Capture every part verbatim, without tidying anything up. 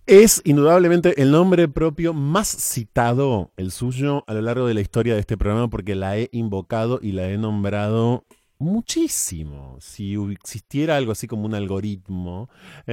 Es indudablemente el nombre propio más citado, el suyo, a lo largo de la historia de este programa, porque la he invocado y la he nombrado muchísimo. Si existiera algo así como un algoritmo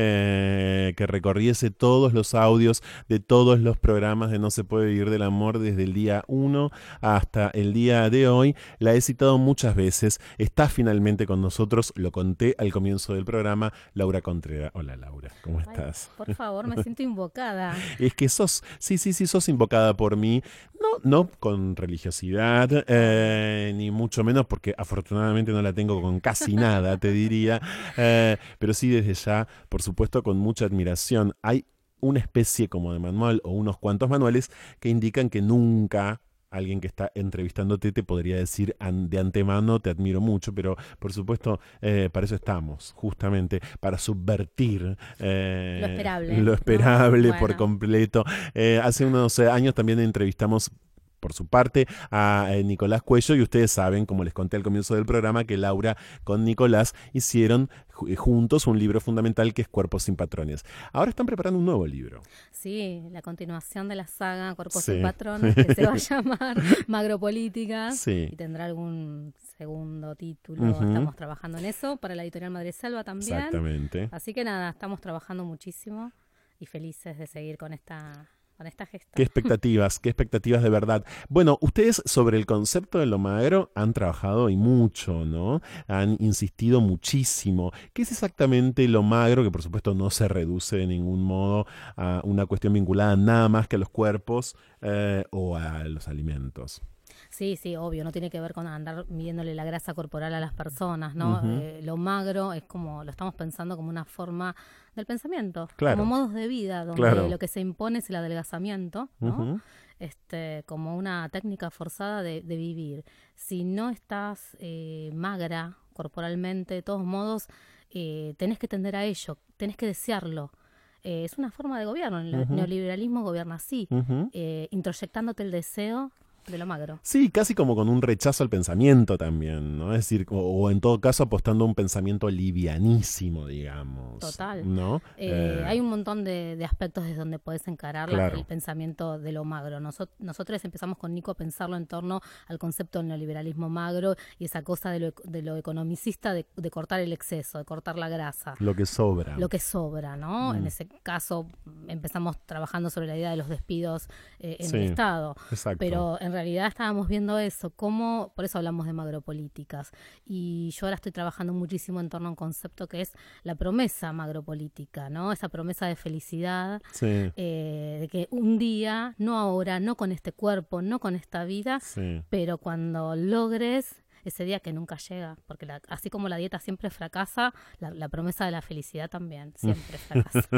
eh, que recorriese todos los audios de todos los programas de No se puede vivir del amor desde el día uno hasta el día de hoy, la he citado muchas veces. Está finalmente con nosotros, lo conté al comienzo del programa, Laura Contreras. Hola Laura, ¿cómo estás? Ay, por favor, me siento invocada. Es que sos, sí, sí, sí, sos invocada por mí, no, no con religiosidad, eh, ni mucho menos, porque afortunadamente no la tengo con casi nada, te diría, eh, pero sí desde ya, por supuesto, con mucha admiración. Hay una especie como de manual o unos cuantos manuales que indican que nunca alguien que está entrevistándote te podría decir an, de antemano te admiro mucho, pero por supuesto eh, para eso estamos, justamente, para subvertir eh, lo esperable, lo esperable ¿no? por Bueno. completo. Eh, hace unos años también entrevistamos por su parte a eh, Nicolás Cuello, y ustedes saben, como les conté al comienzo del programa, que Laura con Nicolás hicieron juntos un libro fundamental que es Cuerpos sin Patrones. Ahora están preparando un nuevo libro. Sí, la continuación de la saga Cuerpos Sí. sin Patrones, que se va a llamar Magropolíticas, Sí. y tendrá algún segundo título. Uh-huh. Estamos trabajando en eso, para la editorial Madreselva también. Exactamente. Así que nada, estamos trabajando muchísimo y felices de seguir con esta... con esta gesta. Qué expectativas, qué expectativas de verdad. Bueno, ustedes sobre el concepto de lo magro han trabajado y mucho, ¿no? Han insistido muchísimo. ¿Qué es exactamente lo magro? Que por supuesto no se reduce de ningún modo a una cuestión vinculada nada más que a los cuerpos eh, o a los alimentos. Sí, sí, obvio, no tiene que ver con andar midiéndole la grasa corporal a las personas, ¿no? Uh-huh. Eh, lo magro es como, lo estamos pensando como una forma del pensamiento, claro. como modos de vida, donde claro. lo que se impone es el adelgazamiento, ¿no? Uh-huh. Este, como una técnica forzada de, de vivir. Si no estás eh, magra corporalmente, de todos modos, eh, tenés que tender a ello, tenés que desearlo. Eh, es una forma de gobierno, el uh-huh. neoliberalismo gobierna así, uh-huh. eh, introyectándote el deseo de lo magro. Sí, casi como con un rechazo al pensamiento también, ¿no? Es decir, o, o en todo caso apostando a un pensamiento livianísimo, digamos. Total. ¿No? Eh, eh, hay un montón de, de aspectos desde donde puedes encarar claro. la, el pensamiento de lo magro. Nosot- nosotros empezamos con Nico a pensarlo en torno al concepto del neoliberalismo magro y esa cosa de lo, de lo economicista de, de cortar el exceso, de cortar la grasa. Lo que sobra. Lo que sobra, ¿no? Mm. En ese caso empezamos trabajando sobre la idea de los despidos eh, en sí, el Estado. Exacto. Pero en realidad estábamos viendo eso, cómo, por eso hablamos de magropolíticas. Y yo ahora estoy trabajando muchísimo en torno a un concepto que es la promesa magropolítica, ¿no? Esa promesa de felicidad, sí. eh, de que un día, no ahora, no con este cuerpo, no con esta vida, sí. pero cuando logres ese día que nunca llega, porque la, así como la dieta siempre fracasa, la, la promesa de la felicidad también siempre fracasa.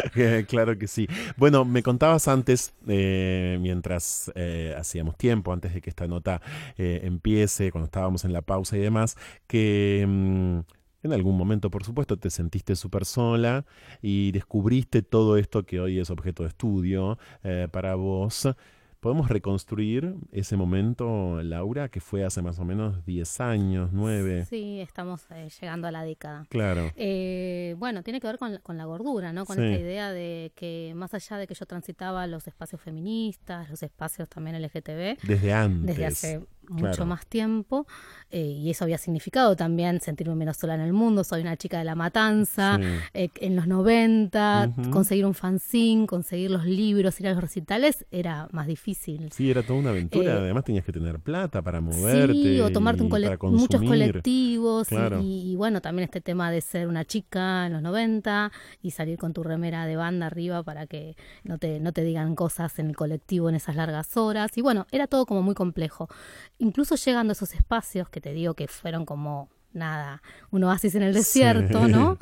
Claro que sí. Bueno, me contabas antes, eh, mientras eh, hacíamos tiempo, antes de que esta nota eh, empiece, cuando estábamos en la pausa y demás, que mmm, en algún momento, por supuesto, te sentiste súper sola y descubriste todo esto que hoy es objeto de estudio eh, para vos. ¿Podemos reconstruir ese momento, Laura, que fue hace más o menos diez años, nueve? Sí, estamos eh, llegando a la década. Claro. Eh, bueno, tiene que ver con, con la gordura, ¿no? Con sí. esta idea de que más allá de que yo transitaba los espacios feministas, los espacios también L G T B. Desde antes. Desde hace mucho claro. más tiempo, eh, y eso había significado también sentirme menos sola en el mundo. Soy una chica de La Matanza, sí. eh, en los noventa, uh-huh. conseguir un fanzine, conseguir los libros, ir a los recitales, era más difícil. Sí, era toda una aventura, eh, además tenías que tener plata para moverte. Sí, o tomarte un cole- muchos colectivos, claro. y, y bueno, también este tema de ser una chica en los noventa y salir con tu remera de banda arriba para que no te, no te digan cosas en el colectivo en esas largas horas, y bueno, era todo como muy complejo. Incluso llegando a esos espacios que te digo que fueron como, nada, un oasis en el desierto, sí. ¿no?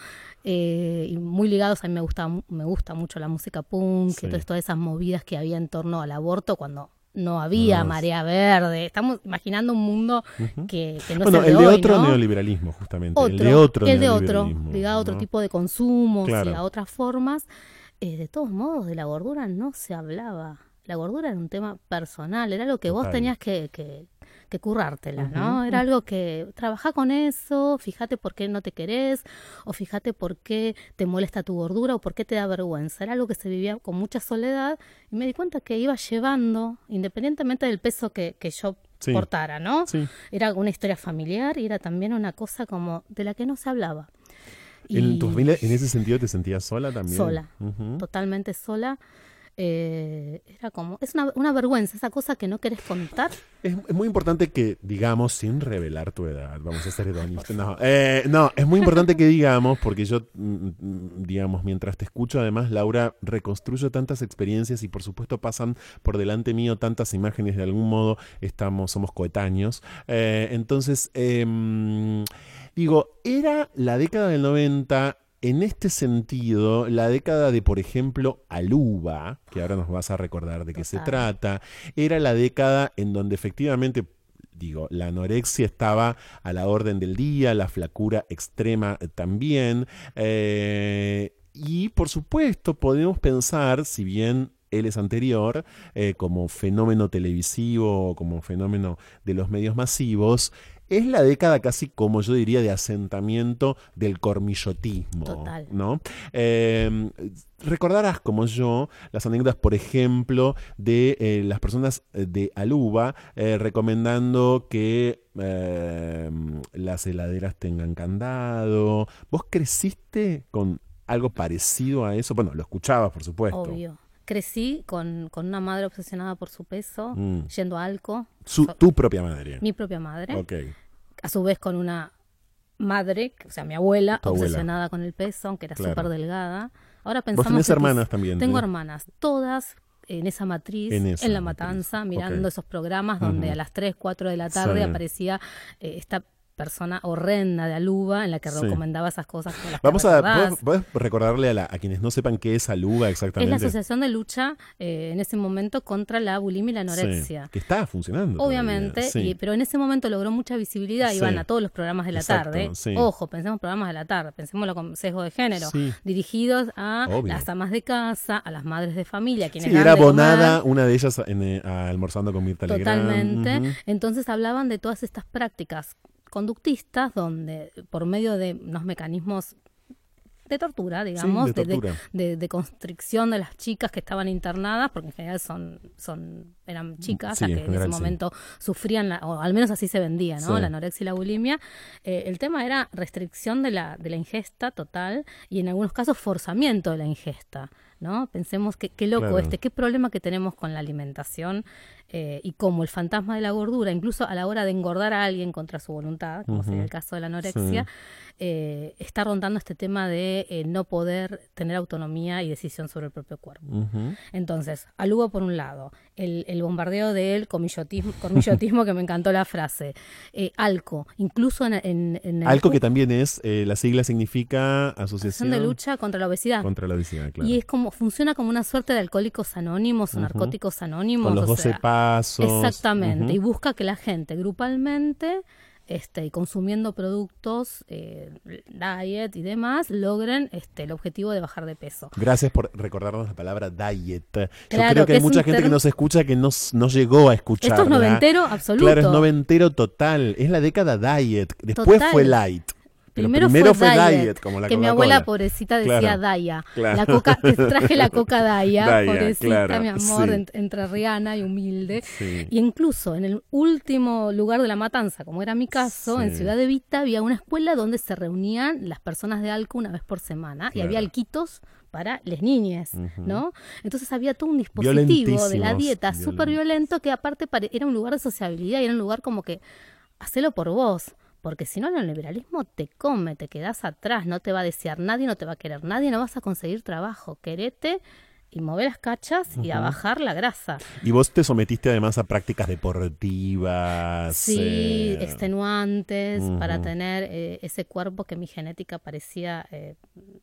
Eh, y muy ligados, a mí me gusta, me gusta mucho la música punk, sí. y todas, todas esas movidas que había en torno al aborto cuando no había no, marea verde. Estamos imaginando un mundo uh-huh. que, que no bueno, es el de el de hoy, otro ¿no? neoliberalismo, justamente. Otro, el de otro el de neoliberalismo. otro, ligado a otro ¿no? tipo de consumos, claro. y a otras formas. Eh, de todos modos, de la gordura no se hablaba. La gordura era un tema personal, era algo que Total. vos tenías que, que, que currártela, Uh-huh. ¿no? Era algo que trabajá con eso, fíjate por qué no te querés, o fíjate por qué te molesta tu gordura o por qué te da vergüenza. Era algo que se vivía con mucha soledad y me di cuenta que iba llevando, independientemente del peso que, que yo Sí. portara, ¿no? Sí. Era una historia familiar y era también una cosa como de la que no se hablaba. ¿En Y tu familia, en ese sentido, te sentías sola también? sola, Uh-huh. totalmente sola. Eh, era como, es una, una vergüenza, esa cosa que no querés contar. Es, es muy importante que digamos, sin revelar tu edad, vamos a ser hedonistas. No, eh, no, es muy importante que digamos, porque yo, mm, mm, digamos, mientras te escucho, además, Laura, reconstruyo tantas experiencias y por supuesto pasan por delante mío tantas imágenes, de algún modo estamos, somos coetáneos. Eh, entonces, eh, digo, era la década del noventa. En este sentido, la década de, por ejemplo, Aluba, que ahora nos vas a recordar de qué se Total. trata, era la década en donde efectivamente, digo, la anorexia estaba a la orden del día, la flacura extrema también, eh, y por supuesto podemos pensar, si bien él es anterior, eh, como fenómeno televisivo, como fenómeno de los medios masivos, es la década casi, como yo diría, de asentamiento del cormillotismo, Total. ¿no? Eh, recordarás, como yo, las anécdotas, por ejemplo, de eh, las personas de Aluba eh, recomendando que eh, las heladeras tengan candado. ¿Vos creciste con algo parecido a eso? Bueno, lo escuchabas, por supuesto. Obvio. Crecí con, con una madre obsesionada por su peso, Mm. yendo a Alco. Su, So- tu propia madre. mi propia madre. Ok. A su vez con una madre, o sea, mi abuela, Tu abuela. obsesionada con el peso, aunque era Claro. súper delgada. Ahora Vos pensamos tenés que hermanas quiz- también. Tengo ¿eh? hermanas, todas en esa matriz, En en, esa La matriz. Matanza, mirando Ok. esos programas donde Ujú. a las tres, cuatro de la tarde Sí. aparecía eh, esta persona horrenda de Aluba en la que Sí. recomendaba esas cosas con las que Vamos a recordás. ¿puedes, puedes recordarle a, la- a quienes no sepan qué es Aluba Es exactamente. la asociación de lucha eh, en ese momento contra la bulimia y la anorexia. Sí, que está funcionando. Obviamente, todavía, sí. y, pero en ese momento logró mucha visibilidad, Sí. iban a todos los programas de la Exacto, tarde. sí. Ojo, pensemos programas de la tarde, pensémoslo con sesgo de género, Sí. dirigidos a Obvio. las amas de casa, a las madres de familia, quienes Sí, dan era de comer. abonada una de ellas en, eh, a almorzando con Mirta Legrand. Totalmente. Ujú. Entonces hablaban de todas estas prácticas conductistas donde por medio de unos mecanismos de tortura, digamos, Sí, de de, de- tortura. de- de constricción de las chicas que estaban internadas, porque en general son, son eran chicas Sí, las en que en general, ese sí. momento sufrían, la- o al menos así se vendía, ¿no? Sí. La anorexia y la bulimia. Eh, el tema era restricción de la, de la ingesta total y en algunos casos forzamiento de la ingesta, ¿no? Pensemos que qué loco Claro. este, qué problema que tenemos con la alimentación eh, y cómo el fantasma de la gordura, incluso a la hora de engordar a alguien contra su voluntad, como Ujú. sería el caso de la anorexia, eh, está rondando este tema de eh, no poder tener autonomía y decisión sobre el propio cuerpo. Ujú. Entonces, Aluba por un lado, el, el bombardeo del comillotismo, cormillotismo, que me encantó la frase, eh, Alco, incluso en, en, en el Alco, que también es, eh, la sigla significa Asociación Asociación de Lucha contra la Obesidad. contra la Obesidad, claro. Y es como, funciona como una suerte de alcohólicos anónimos o Ujú. narcóticos anónimos. Con los o doce sea, pasos. exactamente, Ujú. y busca que la gente grupalmente, este, y consumiendo productos, eh, diet y demás, logren este, el objetivo de bajar de peso. Gracias por recordarnos la palabra diet. Yo Claro, creo que que hay es mucha un gente que term- nos escucha que no, s- no llegó a escucharla. Esto es noventero absoluto. Claro, es noventero total. Es la década diet. Después Total. fue light. Pero Primero, primero, fue, fue diet, diet, como la que mi Coca-Cola. abuela pobrecita decía Claro, Daya. claro. La coca, te traje la coca Daya, Daya, pobrecita, claro, mi amor, sí. en- entrerriana y humilde. Sí. Y incluso en el último lugar de la matanza, como era mi caso, Sí. en Ciudad de Vita había una escuela donde se reunían las personas de Alco una vez por semana y Claro. había alquitos para las niñas, Ujú. ¿no? Entonces había todo un dispositivo de la Violentísimos, dieta violen- súper violento que aparte pare- era un lugar de sociabilidad y era un lugar como que hacelo por vos. Porque si no, el neoliberalismo te come, te quedás atrás, no te va a desear nadie, no te va a querer nadie, no vas a conseguir trabajo. Querete y mover las cachas y a Ujú. bajar la grasa. Y vos te sometiste además a prácticas deportivas. Sí, eh, extenuantes, para ujú. tener eh, ese cuerpo que mi genética parecía eh,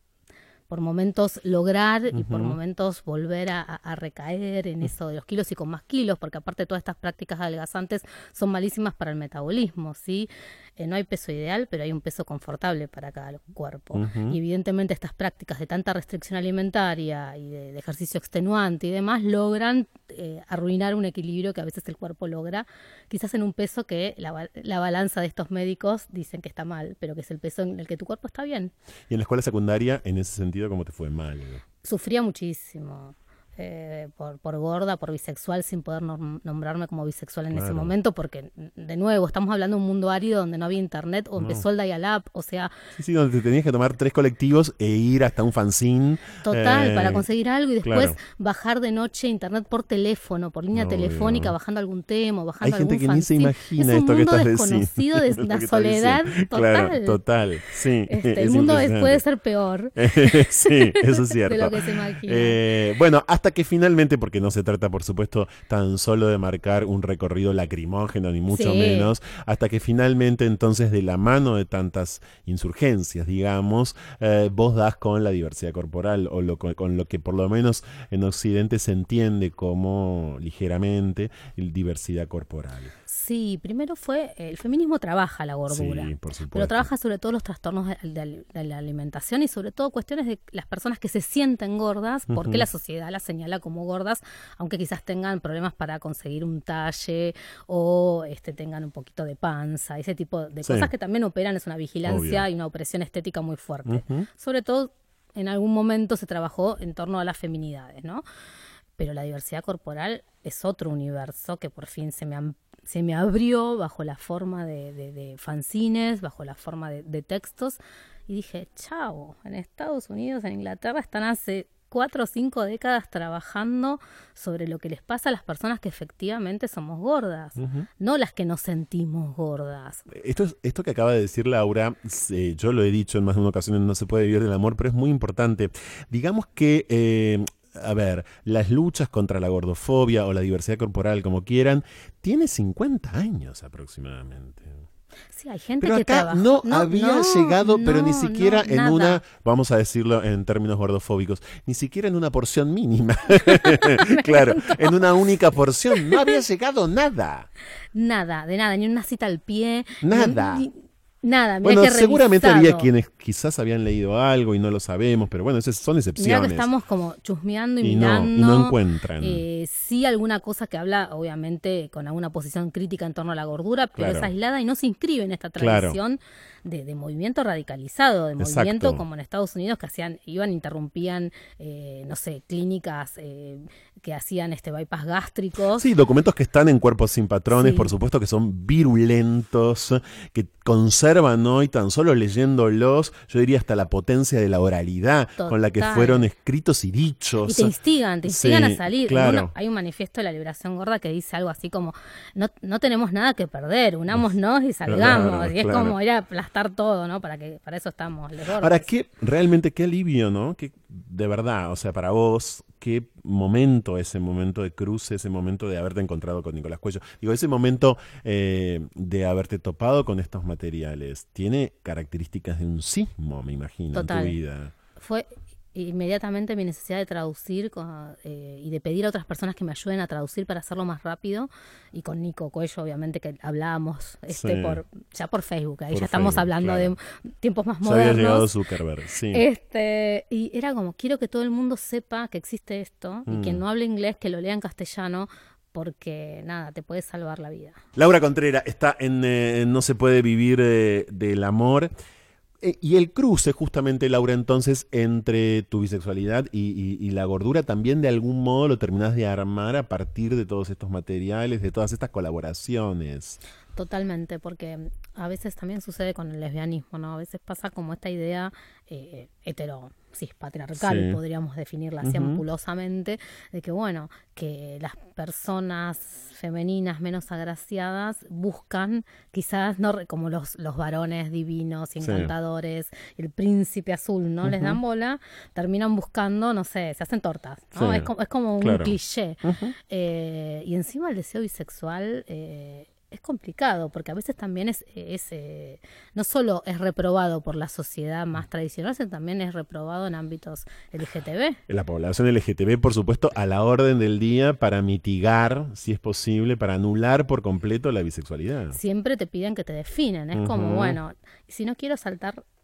por momentos lograr y por Ujú. momentos volver a, a- a recaer en eso de los kilos y con más kilos, porque aparte todas estas prácticas adelgazantes son malísimas para el metabolismo, ¿sí? Eh, no hay peso ideal, pero hay un peso confortable para cada cuerpo. Ujú. Y evidentemente estas prácticas de tanta restricción alimentaria y de, de ejercicio extenuante y demás logran eh, arruinar un equilibrio que a veces el cuerpo logra, quizás en un peso que la, la balanza de estos médicos dicen que está mal, pero que es el peso en el que tu cuerpo está bien. Y en la escuela secundaria, en ese sentido, ¿cómo te fue? Mal. Sufría muchísimo. Eh, por, por gorda, por bisexual, sin poder nom- nombrarme como bisexual en Claro. ese momento, porque, de nuevo, estamos hablando de un mundo árido donde no había internet, o No. empezó el dial-up, o sea, Sí, sí, donde te tenías que tomar tres colectivos e ir hasta un fanzine. total, eh, para conseguir algo, y después claro. bajar de noche internet por teléfono, por línea Obvio. telefónica, bajando algún tema, bajando Hay gente algún que ni se fanzine. imagina Es un esto que mundo estás desconocido diciendo. de Lo la que estás soledad diciendo. total. Claro, total, sí. Este, es el mundo es- impresionante. puede ser peor Sí, eso es cierto. de lo que se imagina. Eh, bueno, hasta que finalmente, porque no se trata, por supuesto, tan solo de marcar un recorrido lacrimógeno, ni mucho Sí. menos, hasta que finalmente, entonces, de la mano de tantas insurgencias, digamos, eh, vos das con la diversidad corporal, o lo, con, con lo que por lo menos en Occidente se entiende como ligeramente el diversidad corporal. Sí, primero fue, el feminismo trabaja la gordura, Sí, por supuesto. pero trabaja sobre todo los trastornos de, de- de la alimentación y sobre todo cuestiones de las personas que se sienten gordas, porque Ujú. la sociedad las señala como gordas, aunque quizás tengan problemas para conseguir un talle o este, tengan un poquito de panza, ese tipo de Sí. cosas que también operan, es una vigilancia Obvio. y una opresión estética muy fuerte. Ujú. Sobre todo en algún momento se trabajó en torno a las feminidades, ¿no? Pero la diversidad corporal es otro universo que por fin se me, am- se me abrió bajo la forma de, de- de fanzines, bajo la forma de, de textos, y dije, chao, en Estados Unidos, en Inglaterra, están hace cuatro o cinco décadas trabajando sobre lo que les pasa a las personas que efectivamente somos gordas, Ujú. no las que nos sentimos gordas. Esto, es, esto que acaba de decir Laura, eh, yo lo he dicho en más de una ocasión, no se puede vivir del amor, pero es muy importante. Digamos que, eh, a ver, las luchas contra la gordofobia o la diversidad corporal, como quieran, tiene cincuenta años aproximadamente. Sí, hay gente Pero que acá trabaja. no, había no, llegado, pero ni no, siquiera no, en nada. una, vamos a decirlo en términos gordofóbicos, ni siquiera en una porción mínima. Claro, en una única porción. No había llegado nada. Nada, de nada, ni una cita al pie. Nada. Ni, ni- nada, mirá Bueno, que seguramente revisado. había quienes quizás habían leído algo y no lo sabemos, pero bueno, esas son Mirá excepciones. que estamos como chusmeando y, y no, mirando. y no encuentran. Eh, sí, alguna cosa que habla, obviamente, con alguna posición crítica en torno a la gordura, pero Claro. es aislada y no se inscribe en esta Claro. tradición de, de movimiento radicalizado, de Exacto. movimiento como en Estados Unidos que hacían, iban, interrumpían, eh, no sé, clínicas eh, que hacían este bypass gástricos. Sí, documentos que están en Cuerpos sin Patrones, Sí. por supuesto que son virulentos, que conservan hoy, tan solo leyéndolos, yo diría hasta la potencia de la oralidad con la que Total. fueron escritos y dichos. Y te instigan, te instigan Sí, a salir. claro. Uno- hay un manifiesto de la liberación gorda que dice algo así como, no, no tenemos nada que perder, unámonos y salgamos. Claro, y es claro. como ir a aplastar todo, ¿no? Para que para eso estamos los gordos. Ahora, qué, realmente qué alivio, ¿no? Que de verdad, o sea, para vos, qué momento ese momento de cruce, ese momento de haberte encontrado con Nicolás Cuello. Digo, ese momento eh, de haberte topado con estos materiales, tiene características de un sismo, me imagino, Total. en tu vida. Fue inmediatamente mi necesidad de traducir con- eh, y de pedir a otras personas que me ayuden a traducir para hacerlo más rápido, y con Nico Cuello obviamente que hablábamos este Sí. por ya por Facebook, ahí Por ya estamos Facebook, hablando claro. de tiempos más Ya había llegado modernos. Zuckerberg, sí. Este, y era como, quiero que todo el mundo sepa que existe esto, y Mm. quien no hable inglés, que lo lea en castellano, porque nada, te puede salvar la vida. Laura Contreras está en eh, No se puede vivir eh, del amor. Eh, y el cruce, justamente, Laura, entonces, entre tu bisexualidad y, y- y la gordura, también de algún modo lo terminás de armar a partir de todos estos materiales, de todas estas colaboraciones. Totalmente, porque a veces también sucede con el lesbianismo, ¿no? A veces pasa como esta idea eh, hetero, cis, patriarcal, Sí. podríamos definirla así Ujú. ampulosamente, de que, bueno, que las personas femeninas menos agraciadas buscan, quizás, no re- como los, los varones divinos y Sí. encantadores, el príncipe azul, ¿no? Les Ujú. dan bola, terminan buscando, no sé, se hacen tortas, ¿no? Sí, Es como, es como un claro. cliché. Ujú. Eh, y encima el deseo bisexual eh, es complicado, porque a veces también es, es eh, no solo es reprobado por la sociedad más tradicional, sino también es reprobado en ámbitos L G T B. La población L G T B, por supuesto, a la orden del día para mitigar, si es posible, para anular por completo la bisexualidad. Siempre te piden que te definen, es Ujú. como, bueno, si no quiero saltar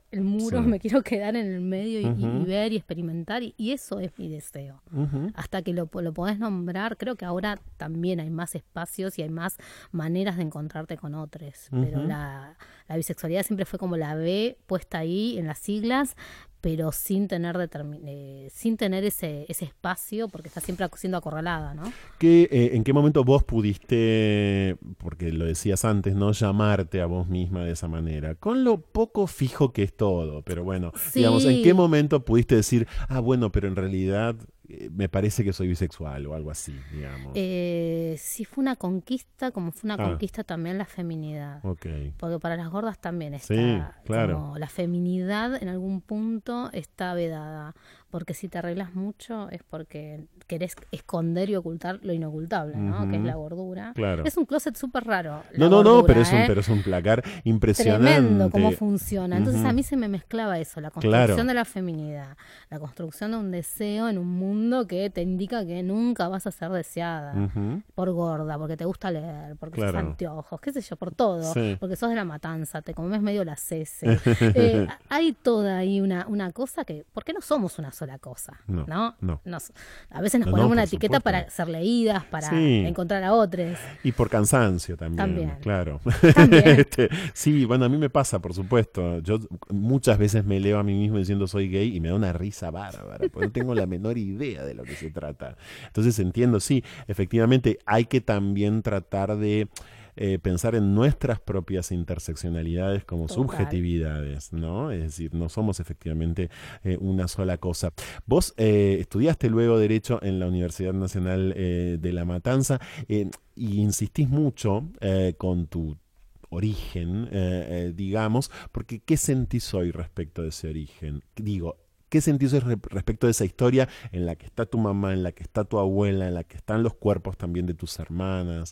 el muro, Sí. me quiero quedar en el medio y, Ujú. y ver y experimentar, y, y eso es mi deseo. Ujú. Hasta que lo, lo podés nombrar, creo que ahora también hay más espacios y hay más maneras de encontrarte con otros, pero Ujú. la, la bisexualidad siempre fue como la B puesta ahí en las siglas, pero sin tener determin- eh, sin tener ese, ese espacio, porque está siempre siendo acorralada, ¿no? ¿Qué, eh, ¿En qué momento vos pudiste, porque lo decías antes, no llamarte a vos misma de esa manera? Con lo poco fijo que es todo, pero bueno, digamos, ¿en qué Sí, momento pudiste decir, ah, bueno, pero en realidad eh, me parece que soy bisexual o algo así, digamos? eh, sí fue una conquista, como fue una Ah, conquista también la feminidad. ok. Porque para las gordas también Sí, está claro, como la feminidad en algún punto está vedada. Porque si te arreglas mucho es porque querés esconder y ocultar lo inocultable, ¿no? Que es ujú, la gordura. claro. Es un closet súper raro, la No, no, no, pero es un, gordura, ¿eh? pero es un placar Tremendo cómo impresionante. funciona. Entonces a Ujú, mí se me mezclaba eso, la construcción claro. de la feminidad, la construcción de un deseo en un mundo que te indica que nunca vas a ser deseada Ujú, por gorda, porque te gusta leer, porque sos claro. anteojos, qué sé yo, por todo, Sí. porque sos de la matanza, te comes medio las heces. Eh, hay toda ahí una, una cosa que, ¿por qué no somos una sola cosa? No, ¿No? no. Nos, a veces nos No, ponemos no, una por etiqueta supuesto. para ser leídas, para Sí. encontrar a otros. Y por cansancio también, También, claro. también. Este, sí, bueno, a mí me pasa, por supuesto. Yo muchas veces me leo a mí mismo diciendo soy gay y me da una risa bárbara, porque no tengo la menor idea de lo que se trata. Entonces entiendo, sí, efectivamente hay que también tratar de eh, pensar en nuestras propias interseccionalidades como Total. subjetividades, ¿no? Es decir, no somos efectivamente eh, una sola cosa. Vos eh, estudiaste luego Derecho en la Universidad Nacional eh, de La Matanza eh, y insistís mucho eh, con tu origen, eh, eh, digamos, porque ¿qué sentís hoy respecto de ese origen? Digo, ¿qué sentís hoy re- respecto de esa historia en la que está tu mamá, en la que está tu abuela, en la que están los cuerpos también de tus hermanas?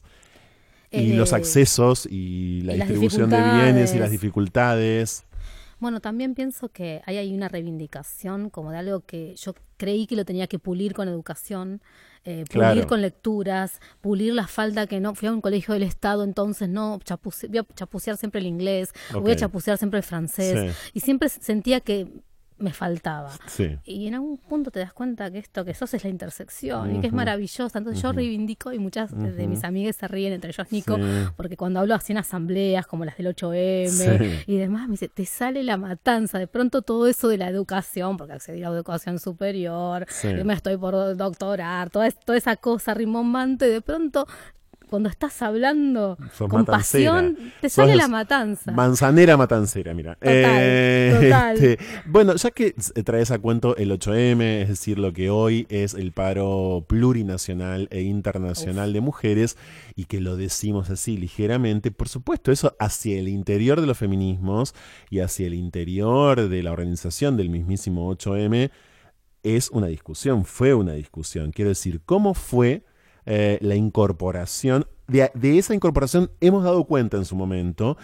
Y los Eh, accesos y la y las distribución de bienes y las dificultades. dificultades. Bueno, también pienso que hay ahí una reivindicación como de algo que yo creí que lo tenía que pulir con educación, eh, pulir Claro, con lecturas, pulir la falta que no, fui a un colegio del Estado, entonces no, chapuce- voy a chapucear siempre el inglés, o voy a ok. chapucear siempre el francés, Sí, y siempre sentía que me faltaba. sí. Y en algún punto te das cuenta que esto que sos es la intersección y que es Ujú, maravillosa. Entonces yo ujú, reivindico y muchas de ujú. mis amigas se ríen, entre ellos Nico, Sí, porque cuando hablo así en asambleas como las del ocho eme sí, y demás, me dice, te sale la matanza. De pronto todo eso de la educación, porque accedí a la educación superior, sí. que me estoy por doctorar, toda, es- toda esa cosa rimbombante, de pronto cuando estás hablando Sos con matancera. pasión, te sale Sos la matanza. manzanera matancera, mira. Total, Eh, total. este, bueno, ya que s- traes a cuento el ocho eme, es decir, lo que hoy es el paro plurinacional e internacional Uf. de mujeres, y que lo decimos así ligeramente, por supuesto, eso hacia el interior de los feminismos y hacia el interior de la organización del mismísimo ocho eme, es una discusión, fue una discusión. Quiero decir, ¿cómo fue eh, la incorporación? De, de esa incorporación hemos dado cuenta en su momento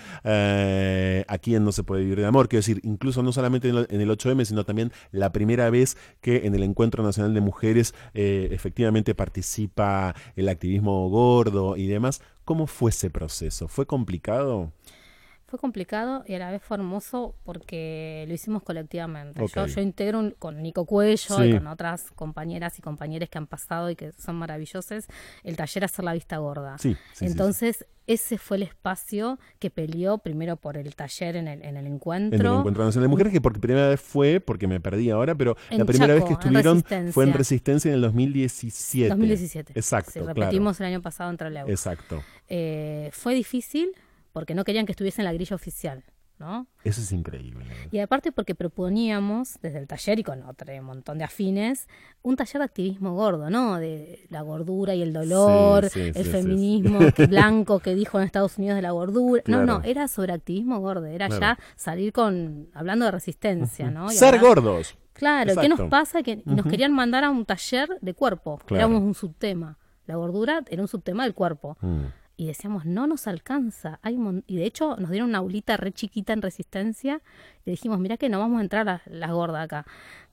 eh, aquí en No se puede vivir de amor. Quiero decir, incluso no solamente en, lo- en el ocho eme, sino también la primera vez que en el Encuentro Nacional de Mujeres eh, efectivamente participa el activismo gordo y demás. ¿Cómo fue ese proceso? ¿Fue complicado? Fue complicado y a la vez fue hermoso porque lo hicimos colectivamente. Ok. Yo, yo integro un- con Nico Cuello y Sí, con otras compañeras y compañeros que han pasado y que son maravillosos el taller Hacer la Vista Gorda. sí, sí, sí, sí. Entonces, ese fue el espacio que peleó primero por el taller en el, en el En el encuentro. Encuentro Nacional de Mujeres, que por primera vez fue, porque me perdí ahora, pero la En primera vez Chaco, que en estuvieron fue en Resistencia. Resistencia en el dos mil diecisiete. dos mil diecisiete. Exacto, Sí, claro. repetimos el año pasado en Trelew. Exacto. Eh, fue difícil porque no querían que estuviese en la grilla oficial, ¿no? Eso es increíble. Y aparte porque proponíamos desde el taller y con otro montón de afines un taller de activismo gordo, ¿no? De la gordura y el dolor, Sí, sí, el sí, sí, feminismo sí. que- blanco que dijo en Estados Unidos de la gordura. No, Claro. no, era sobre activismo gordo, era Claro. ya salir con hablando de resistencia, ¿no? Y Ser hablar- gordos. Claro, ¿qué Exacto. nos pasa? Que nos Ujú. querían mandar a un taller de cuerpo, Claro. éramos un subtema. La gordura era un subtema del cuerpo. Mm. Y decíamos, no nos alcanza. Hay un mon- y de hecho nos dieron una aulita re chiquita en Resistencia. Y dijimos, mirá que no vamos a entrar las la gordas acá.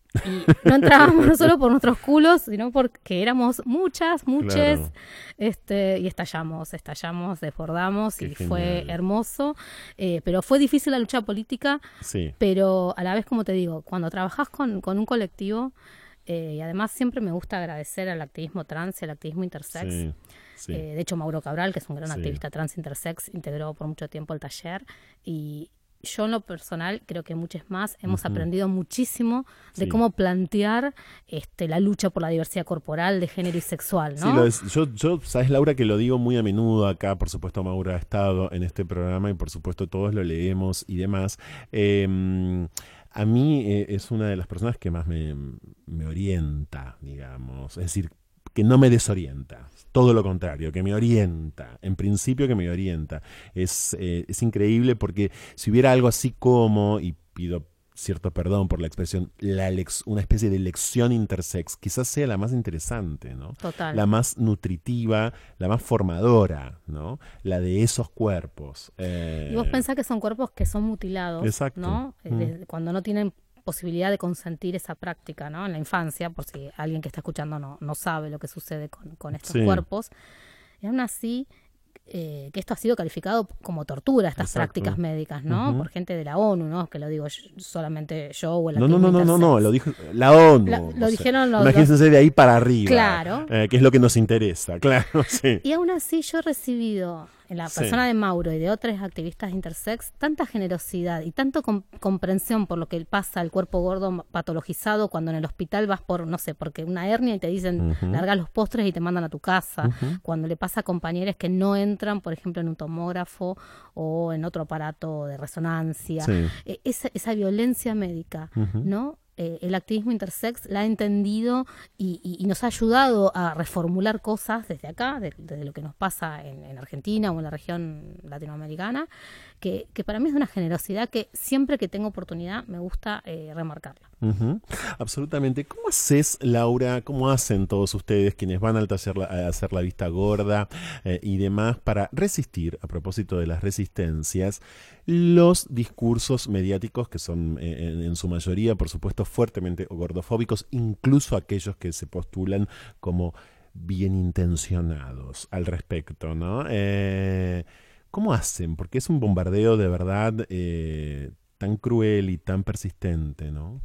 Y no entrábamos no solo por nuestros culos, sino porque éramos muchas, muchas, Claro. este, y estallamos, estallamos, desbordamos, Qué y fue genial. hermoso. Eh, pero fue difícil la lucha política, Sí, pero a la vez, como te digo, cuando trabajás con, con un colectivo, eh, y además siempre me gusta agradecer al activismo trans y al activismo intersex. sí, sí. Eh, de hecho, Mauro Cabral, que es un gran Sí. activista trans intersex, integró por mucho tiempo el taller, y yo en lo personal, creo que muchos más, hemos Ujú. aprendido muchísimo de Sí. cómo plantear este, la lucha por la diversidad corporal, de género y sexual, ¿no? Sí, lo es. Yo, yo, sabes, Laura, que lo digo muy a menudo acá, por supuesto, Maura ha estado en este programa y por supuesto todos lo leemos y demás. Eh, a mí eh, es una de las personas que más me, me orienta, digamos, es decir, que no me desorienta, todo lo contrario, que me orienta, en principio que me orienta. Es, eh, es increíble porque si hubiera algo así como, y pido cierto perdón por la expresión, la lex- una especie de lección intersex, quizás sea la más interesante, ¿no? Total. La más nutritiva, la más formadora, ¿no? La de esos cuerpos. Eh, Y vos pensás que son cuerpos que son mutilados, Exacto. ¿no? Eh, Mm. desde- cuando no tienen posibilidad de consentir esa práctica, ¿no? En la infancia, por si alguien que está escuchando no, no sabe lo que sucede con, con estos Sí. cuerpos. Y aún así, eh, que esto ha sido calificado como tortura, estas Exacto. prácticas médicas, ¿no? Ujú. Por gente de la ONU, ¿no? Que lo digo yo- solamente yo o el No, no, activismo no, no, no, no, intersex. lo dijo la ONU. La- lo o sea, dijeron los- Imagínense de ahí para arriba. Claro. eh, que es lo que nos interesa, claro, sí. Y aún así yo he recibido en la Sí. persona de Mauro y de otros activistas intersex tanta generosidad y tanto com- comprensión por lo que pasa al cuerpo gordo patologizado cuando en el hospital vas por, no sé, porque una hernia y te dicen Ujú. larga los postres y te mandan a tu casa. Ujú. Cuando le pasa a compañeros que no entran, por ejemplo, en un tomógrafo o en otro aparato de resonancia. Sí. Eh, esa, esa violencia médica, Ujú. ¿no? Eh, el activismo intersex la ha entendido y, y- y nos ha ayudado a reformular cosas desde acá, de- desde lo que nos pasa en, en Argentina o en la región latinoamericana, que, que para mí es de una generosidad que siempre que tengo oportunidad me gusta eh, remarcarla. Ujú, absolutamente. ¿Cómo haces, Laura? ¿Cómo hacen todos ustedes quienes van al taller la- a hacer la vista gorda eh, y demás para resistir, a propósito de las resistencias, los discursos mediáticos que son eh, en, en su mayoría, por supuesto, fuertemente gordofóbicos, incluso aquellos que se postulan como bien intencionados al respecto, ¿no? Eh, ¿Cómo hacen? Porque es un bombardeo de verdad eh, tan cruel y tan persistente, ¿no?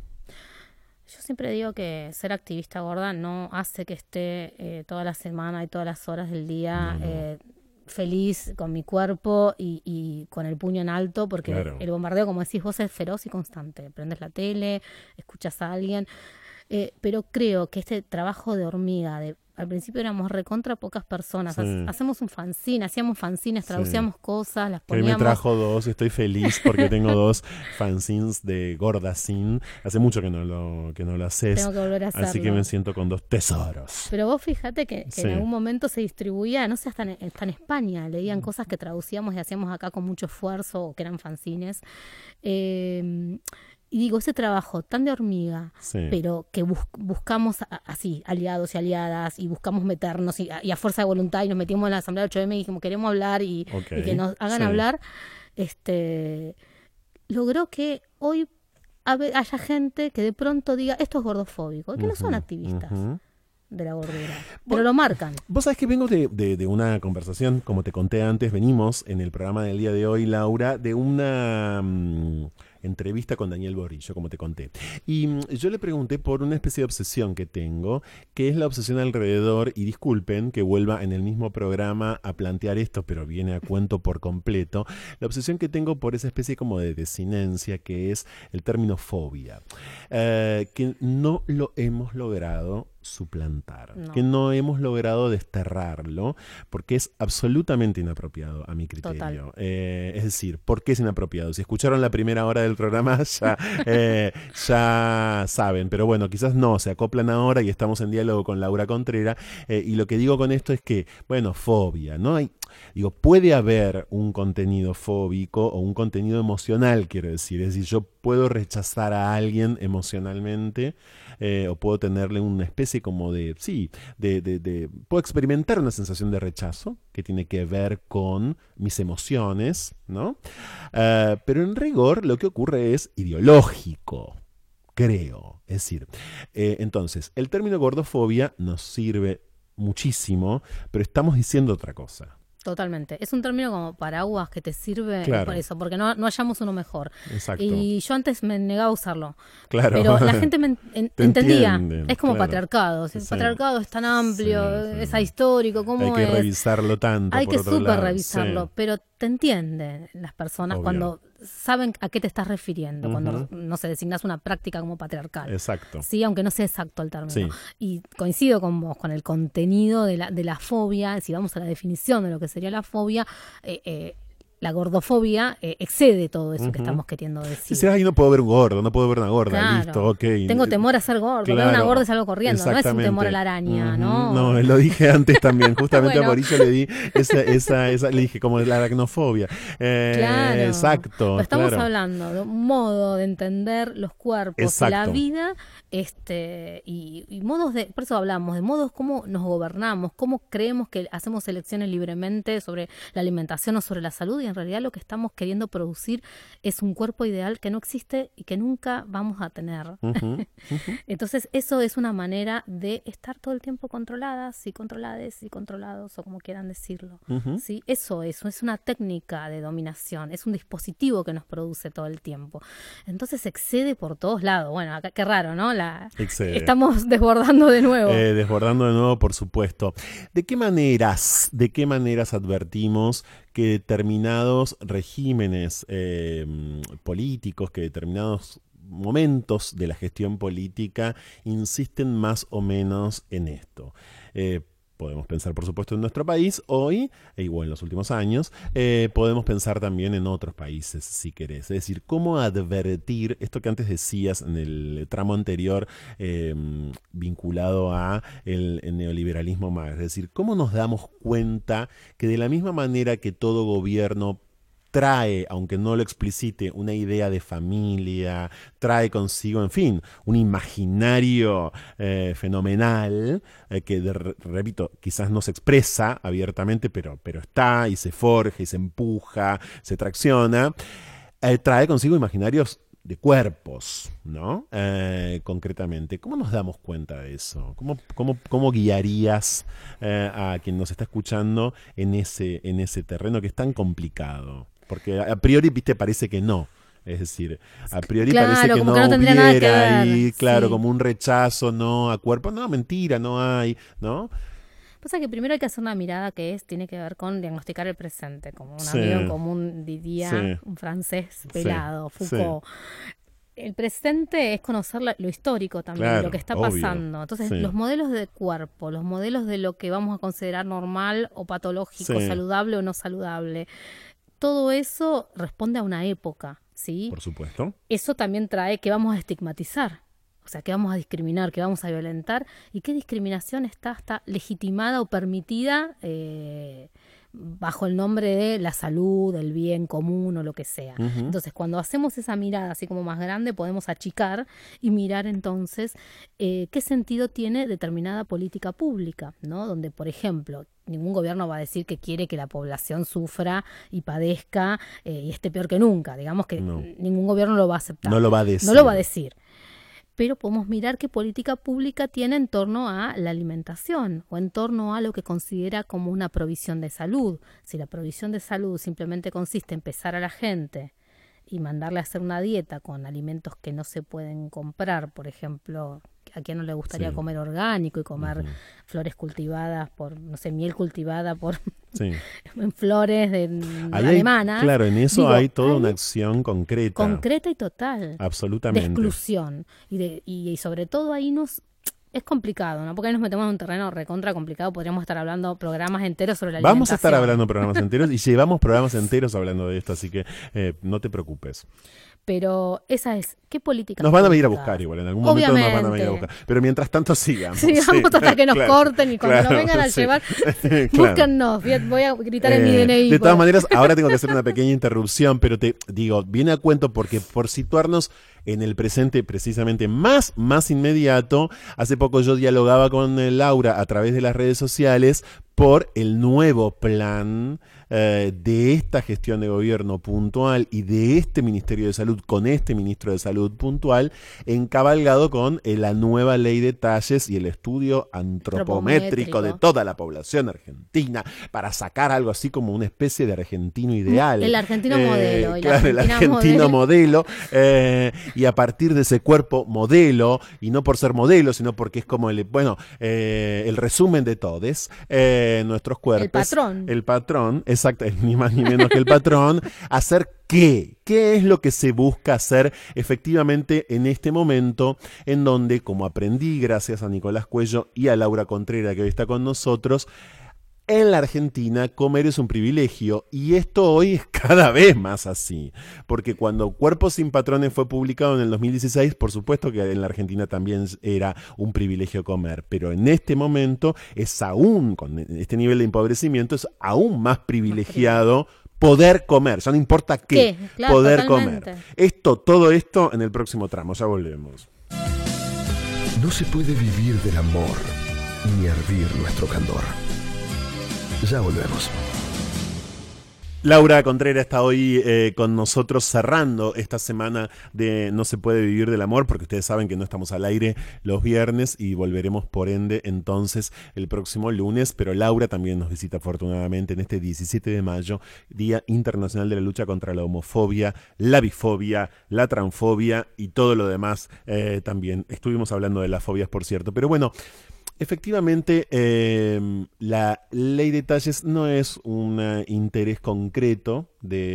Yo siempre digo que ser activista gorda no hace que esté eh, toda la semana y todas las horas del día No, no. eh, feliz con mi cuerpo y, y con el puño en alto, porque Claro. el bombardeo, como decís vos, es feroz y constante. Prendes la tele, escuchas a alguien, eh, pero creo que este trabajo de hormiga, de al principio éramos recontra pocas personas, Sí. ha- hacemos un fanzine, hacíamos fanzines, Sí. traducíamos cosas, las Que hoy me poníamos... trajo dos, estoy feliz porque tengo dos fanzines de Gordacin. Hace mucho que no lo, que no lo haces, Tengo que volver a hacerlo. así que me siento con dos tesoros. Pero vos fíjate que, que Sí. en algún momento se distribuía, no sé, hasta en, hasta en España, leían cosas que traducíamos y hacíamos acá con mucho esfuerzo, o que eran fanzines. Eh, y digo, ese trabajo tan de hormiga, Sí. pero que bus- buscamos a- así, aliados y aliadas, y buscamos meternos, y a, y a fuerza de voluntad, y nos metimos en la Asamblea ocho eme y dijimos, queremos hablar, y, Ok, y que nos hagan sí. hablar, este logró que hoy habe- haya gente que de pronto diga, esto es gordofóbico, y que no son Ujú, activistas ujú. de la gordura, Bueno, pero lo marcan. Vos sabés que vengo de, de- de una conversación, como te conté antes, venimos en el programa del día de hoy, Laura, de una mm, entrevista con Daniel Borillo, como te conté. Y mm, yo le pregunté por una especie de obsesión que tengo, que es la obsesión alrededor, y disculpen que vuelva en el mismo programa a plantear esto, pero viene a cuento por completo, la obsesión que tengo por esa especie como de desinencia que es el término fobia, eh, que no lo hemos logrado suplantar, No. que no hemos logrado desterrarlo, porque es absolutamente inapropiado a mi criterio. Total. Eh, es decir, ¿por qué es inapropiado? Si escucharon la primera hora del programa ya, eh, ya saben, pero bueno, quizás no, se acoplan ahora y estamos en diálogo con Laura Contreras, eh, y lo que digo con esto es que, bueno, fobia, ¿no? Hay, digo, puede haber un contenido fóbico o un contenido emocional, quiero decir, es decir, yo puedo rechazar a alguien emocionalmente, eh, o puedo tenerle una especie como de, sí, de, de, de, puedo experimentar una sensación de rechazo que tiene que ver con mis emociones, ¿no? Uh, pero en rigor lo que ocurre es ideológico. creo. Es decir, eh, entonces, el término gordofobia nos sirve muchísimo, pero estamos diciendo otra cosa. Totalmente. Es un término como paraguas que te sirve Claro. por eso, porque no, no hallamos uno mejor. Exacto. Y yo antes me negaba a usarlo. Claro. Pero la gente me en- en- Te entendía. entienden, Es como claro. patriarcado. Si el Sí. patriarcado es tan amplio, Sí, sí. es ahistórico, ¿cómo Hay que es? revisarlo tanto. Hay por que otro súper lado. revisarlo, Sí. pero te entienden las personas Obvio. cuando saben a qué te estás refiriendo, Ujú. cuando, no sé, designas una práctica como patriarcal. Exacto. Sí, aunque no sea exacto el término. Sí. Y coincido con vos, con el contenido de la, de la fobia. Si vamos a la definición de lo que sería la fobia, eh, eh, la gordofobia eh, excede todo eso que Ujú. estamos queriendo Si decir. se ay, no puedo ver un gordo, no puedo ver una gorda, Claro. listo, ok. Tengo temor a ser gordo. Ver una Claro, gorda y salgo corriendo. No es un exactamente. temor a la araña, Ujú. ¿no? No, lo dije antes también. Justamente Bueno. a Mauricio le di esa, esa, esa, le dije como la aracnofobia. Eh, Claro. Exacto. Pero estamos claro. hablando de un modo de entender los cuerpos, Exacto. la vida, este, y, y modos de, por eso hablamos, de modos cómo nos gobernamos, cómo creemos que hacemos elecciones libremente sobre la alimentación o sobre la salud, y en realidad lo que estamos queriendo producir es un cuerpo ideal que no existe y que nunca vamos a tener. Ujú, ujú. Entonces eso es una manera de estar todo el tiempo controladas y controlades y controlados, o como quieran decirlo. Ujú. ¿Sí? Eso es, es una técnica de dominación, es un dispositivo que nos produce todo el tiempo. Entonces excede por todos lados. Bueno, acá qué raro, ¿no? La, Excede. estamos desbordando de nuevo. Eh, desbordando de nuevo, por supuesto. ¿De qué maneras, de qué maneras advertimos que determinados regímenes eh, políticos, que determinados momentos de la gestión política insisten más o menos en esto? Eh, Podemos pensar, por supuesto, en nuestro país hoy, e igual en los últimos años. Eh, podemos pensar también en otros países, si querés. Es decir, cómo advertir esto que antes decías en el tramo anterior, eh, vinculado a el, el neoliberalismo más. Es decir, cómo nos damos cuenta que de la misma manera que todo gobierno trae, aunque no lo explicite, una idea de familia, trae consigo, en fin, un imaginario eh, fenomenal, eh, que, de, repito, quizás no se expresa abiertamente, pero, pero está y se forja y se empuja, se tracciona, eh, trae consigo imaginarios de cuerpos, ¿no? Eh, concretamente, ¿cómo nos damos cuenta de eso? ¿Cómo, cómo, cómo guiarías eh, a quien nos está escuchando en ese, en ese terreno que es tan complicado? Porque a priori, viste, parece que no. Es decir, a priori Claro, parece que como no, que no tendría nada que hubiera ver, ahí, claro, sí. como un rechazo, no a cuerpo. No, mentira, no hay, ¿no? Pasa que primero hay que hacer una mirada que es tiene que ver con diagnosticar el presente, como un Sí. amigo en común diría, Sí. un francés Sí. pelado, Sí. Foucault. El presente es conocer la- lo histórico también, Claro, lo que está obvio. pasando. Entonces, Sí. los modelos de cuerpo, los modelos de lo que vamos a considerar normal o patológico, Sí. saludable o no saludable, todo eso responde a una época, ¿sí? Por supuesto. Eso también trae que vamos a estigmatizar, o sea, que vamos a discriminar, que vamos a violentar, y qué discriminación está, está legitimada o permitida eh, bajo el nombre de la salud, el bien común o lo que sea. Ujú. Entonces, cuando hacemos esa mirada así como más grande, podemos achicar y mirar entonces eh, qué sentido tiene determinada política pública, ¿no? Donde, por ejemplo, ningún gobierno va a decir que quiere que la población sufra y padezca eh, y esté peor que nunca. Digamos que No. ningún gobierno lo va a aceptar. No lo va a decir. No lo va a decir. Pero podemos mirar qué política pública tiene en torno a la alimentación o en torno a lo que considera como una provisión de salud. Si la provisión de salud simplemente consiste en pesar a la gente y mandarle a hacer una dieta con alimentos que no se pueden comprar, por ejemplo, a quien no le gustaría Sí. comer orgánico y comer Ujú. flores cultivadas por, no sé, miel cultivada por Sí. en flores de, Ahí hay- alemanas. claro, en eso Digo, hay toda hay una acción concreta. concreta y total. de Absolutamente. exclusión y, de, y, y sobre todo ahí nos es complicado, ¿no? Porque ahí nos metemos en un terreno recontra complicado, podríamos estar hablando programas enteros sobre la alimentación. Vamos a estar hablando programas enteros y llevamos programas enteros hablando de esto, así que eh, no te preocupes. Pero esa es, ¿qué política? Nos van a venir a pública? buscar igual, en algún momento nos van a venir a Obviamente. buscar. Pero mientras tanto sigamos. Sigamos Sí, hasta que nos claro, corten y cuando claro, nos vengan a sí. llevar, Claro. búsquennos. Voy a- Voy a gritar en mi Eh, D N I. de todas por- maneras, ahora tengo que hacer una pequeña interrupción, pero te digo, viene a cuento porque por situarnos en el presente precisamente más, más inmediato, hace poco yo dialogaba con eh, Laura a través de las redes sociales por el nuevo plan eh, de esta gestión de gobierno puntual y de este Ministerio de Salud con este Ministro de Salud puntual, encabalgado con eh, la nueva ley de talles y el estudio antropométrico de toda la población argentina para sacar algo así como una especie de argentino ideal. El argentino eh, modelo. El claro, el argentino modelo. modelo eh, y a partir de ese cuerpo modelo, y no por ser modelo, sino porque es como el, bueno, eh, el resumen de todos eh, nuestros cuerpos. El patrón. El patrón, exacto, ni más ni menos que el patrón. Hacer qué, qué es lo que se busca hacer efectivamente en este momento, en donde, como aprendí gracias a Nicolás Cuello y a Laura Contreras, que hoy está con nosotros, en la Argentina comer es un privilegio, y esto hoy es cada vez más así, porque cuando Cuerpos sin Patrones fue publicado en el dos mil dieciséis, por supuesto que en la Argentina también era un privilegio comer, pero en este momento es aún, con este nivel de empobrecimiento, es aún más privilegiado poder comer, ya no importa qué, ¿Qué? Claro, poder totalmente. comer. Esto, todo esto en el próximo tramo, ya volvemos. No se puede vivir del amor, ni hervir nuestro candor. Ya volvemos. Laura Contreras está hoy eh, con nosotros cerrando esta semana de No se puede vivir del amor, porque ustedes saben que no estamos al aire los viernes y volveremos por ende entonces el próximo lunes, pero Laura también nos visita afortunadamente en este diecisiete de mayo, Día Internacional de la Lucha contra la Homofobia, la Bifobia, la Transfobia y todo lo demás eh, también. Estuvimos hablando de las fobias, por cierto, pero bueno, efectivamente, eh, la ley de talles no es un uh, interés concreto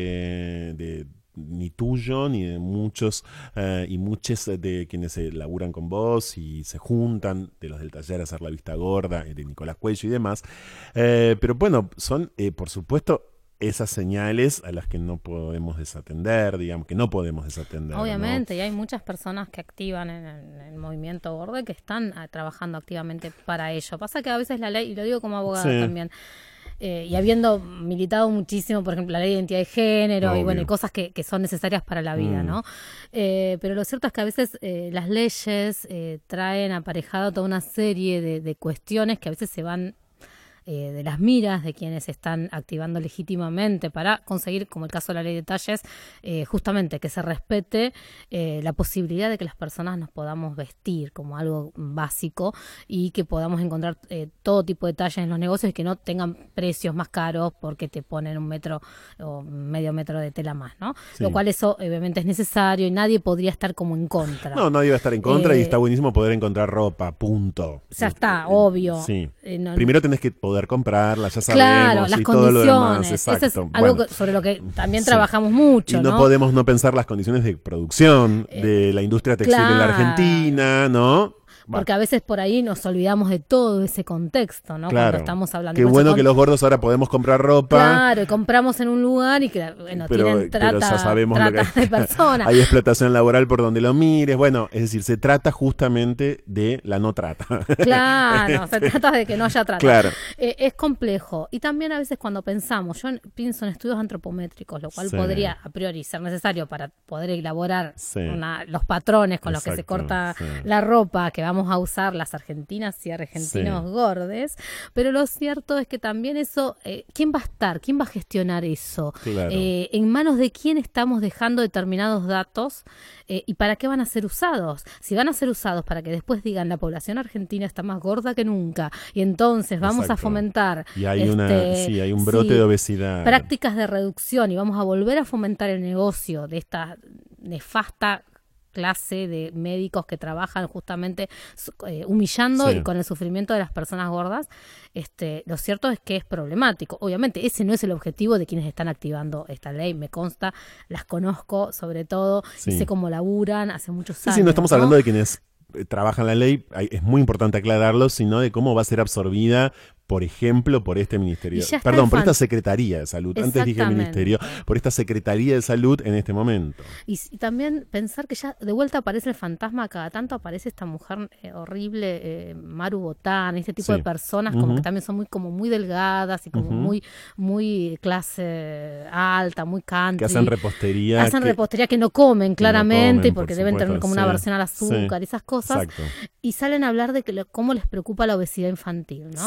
de, de ni tuyo ni de muchos uh, y muchos de quienes se laburan con vos y se juntan, de los del taller Hacer la Vista Gorda, de Nicolás Cuello y demás. Eh, pero bueno, son, eh, por supuesto, esas señales a las que no podemos desatender, digamos, que no podemos desatender. Obviamente, ¿no? Y hay muchas personas que activan en el, en el movimiento gordo que están a, trabajando activamente para ello. Pasa que a veces la ley, y lo digo como abogada Sí. también, eh, y habiendo militado muchísimo, por ejemplo, la ley de identidad de género, Obvio. y bueno, y cosas que, que son necesarias para la vida, Mm. ¿no? Eh, pero lo cierto es que a veces eh, las leyes eh, traen aparejado toda una serie de, de cuestiones que a veces se van Eh, de las miras de quienes están activando legítimamente para conseguir, como el caso de la ley de talles, eh, justamente que se respete eh, la posibilidad de que las personas nos podamos vestir como algo básico y que podamos encontrar eh, todo tipo de talles en los negocios y que no tengan precios más caros porque te ponen un metro o medio metro de tela más, ¿no? Sí. Lo cual eso obviamente es necesario y nadie podría estar como en contra. No, nadie va a estar en contra Eh, y está buenísimo poder encontrar ropa, punto. Ya está, Eh, obvio. Sí. Eh, no- Primero tenés que poder comprarla, ya sabemos, Claro, las y todo lo demás. condiciones. Eso es Exacto. algo Bueno, que- sobre lo que también sí. trabajamos mucho, y no, ¿no? podemos no pensar las condiciones de producción Eh, de la industria textil en la claro. Argentina, ¿no? Porque a veces por ahí nos olvidamos de todo ese contexto, ¿no? Claro. Cuando estamos hablando. Qué Por eso bueno con- que los gordos ahora podemos comprar ropa. Claro, y compramos en un lugar y que, bueno, Pero, tienen pero trata, ya sabemos lo que trata de personas. hay explotación laboral por donde lo mires. Bueno, es decir, se trata justamente de la no trata. Claro, se trata de que no haya trata. Claro. Eh, es complejo. Y también a veces cuando pensamos, yo pienso en estudios antropométricos, lo cual Sí. podría a priori ser necesario para poder elaborar Sí. una- los patrones con los que se Exacto, corta sí. la ropa que vamos a usar las argentinas y argentinos Sí. gordes. Pero lo cierto es que también eso, eh, ¿quién va a estar? ¿Quién va a gestionar eso? Claro. Eh, ¿En manos de quién estamos dejando determinados datos eh, y para qué van a ser usados? Si van a ser usados para que después digan la población argentina está más gorda que nunca y entonces vamos Exacto. a fomentar Y hay una, este, sí, hay un brote sí, de obesidad. prácticas de reducción y vamos a volver a fomentar el negocio de esta nefasta clase de médicos que trabajan justamente su- eh, humillando Sí. y con el sufrimiento de las personas gordas. Este, lo cierto es que es problemático. Obviamente ese no es el objetivo de quienes están activando esta ley, me consta, las conozco sobre todo, y Sí. sé cómo laburan hace muchos Sí, años. sí, no estamos ¿no? hablando de quienes eh, trabajan la ley, hay- es muy importante aclararlo, sino de cómo va a ser absorbida, por ejemplo, por este ministerio. Y ya está Perdón, el por esta fan- Secretaría de Salud. Antes dije Exactamente. ministerio, por esta Secretaría de Salud en este momento. Y, s- y también pensar que ya de vuelta aparece el fantasma, cada tanto aparece esta mujer eh, horrible, eh, Maru Botán, este tipo Sí. de personas como Ujú. que también son muy como muy delgadas y como Ujú. muy muy clase alta, muy country. Que hacen repostería. Hacen que- repostería que no comen claramente comen, porque por deben tener supuesto, como una sí. versión al azúcar Sí. y esas cosas. Exacto. Y salen a hablar de que lo- cómo les preocupa la obesidad infantil, ¿no? Sí.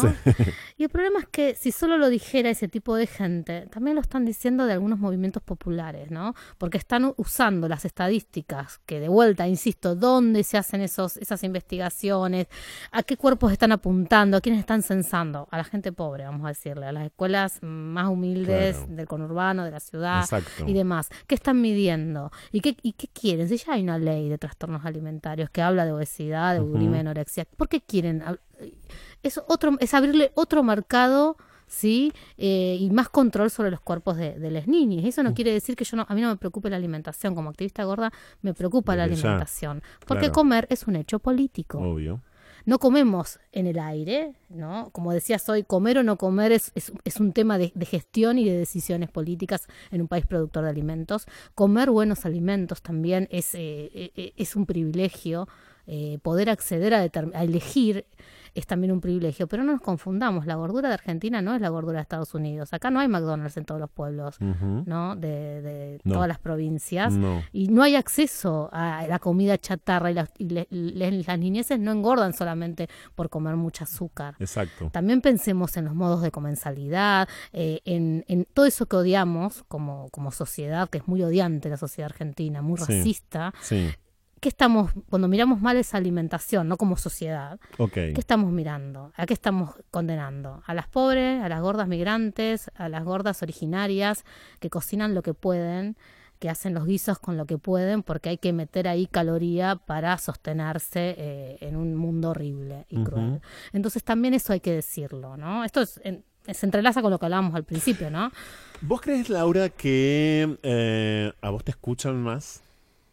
Y el problema es que si solo lo dijera ese tipo de gente, también lo están diciendo de algunos movimientos populares, ¿no? Porque están usando las estadísticas, que de vuelta, insisto, ¿dónde se hacen esos, esas investigaciones? ¿A qué cuerpos están apuntando? ¿A quiénes están censando? A la gente pobre, vamos a decirle, a las escuelas más humildes Claro. del conurbano, de la ciudad Exacto. y demás. ¿Qué están midiendo? ¿Y qué, y qué quieren? Si ya hay una ley de trastornos alimentarios que habla de obesidad, de bulimia, Ujú. anorexia, ¿por qué quieren? Es, otro, es abrirle otro mercado, ¿sí? Eh, y más control sobre los cuerpos de, de las niñas. Eso no quiere decir que yo no, a mí no me preocupe la alimentación. Como activista gorda me preocupa la Desde ya. alimentación. Porque Claro. comer es un hecho político. Obvio. No comemos en el aire, ¿no? Como decías hoy, comer o no comer es, es, es un tema de, de gestión y de decisiones políticas en un país productor de alimentos. Comer buenos alimentos también es, eh, eh, es un privilegio. Eh, poder acceder a, determ- a elegir es también un privilegio, pero no nos confundamos, la gordura de Argentina no es la gordura de Estados Unidos. Acá no hay McDonald's en todos los pueblos, Ujú. ¿no? De, de No. todas las provincias. No. Y no hay acceso a la comida chatarra y, las, y le- le- las niñeces no engordan solamente por comer mucho azúcar. Exacto. También pensemos en los modos de comensalidad, eh, en, en todo eso que odiamos como, como sociedad, que es muy odiante la sociedad argentina, muy Sí. racista. Sí. ¿Qué estamos, cuando miramos mal esa alimentación, no como sociedad, Ok. qué estamos mirando? ¿A qué estamos condenando? ¿A las pobres, a las gordas migrantes, a las gordas originarias que cocinan lo que pueden, que hacen los guisos con lo que pueden, porque hay que meter ahí caloría para sostenerse eh, en un mundo horrible y Ujú. cruel? Entonces también eso hay que decirlo, ¿no? Esto es, en- se entrelaza con lo que hablábamos al principio, ¿no? ¿Vos crees, Laura, que eh, a vos te escuchan más?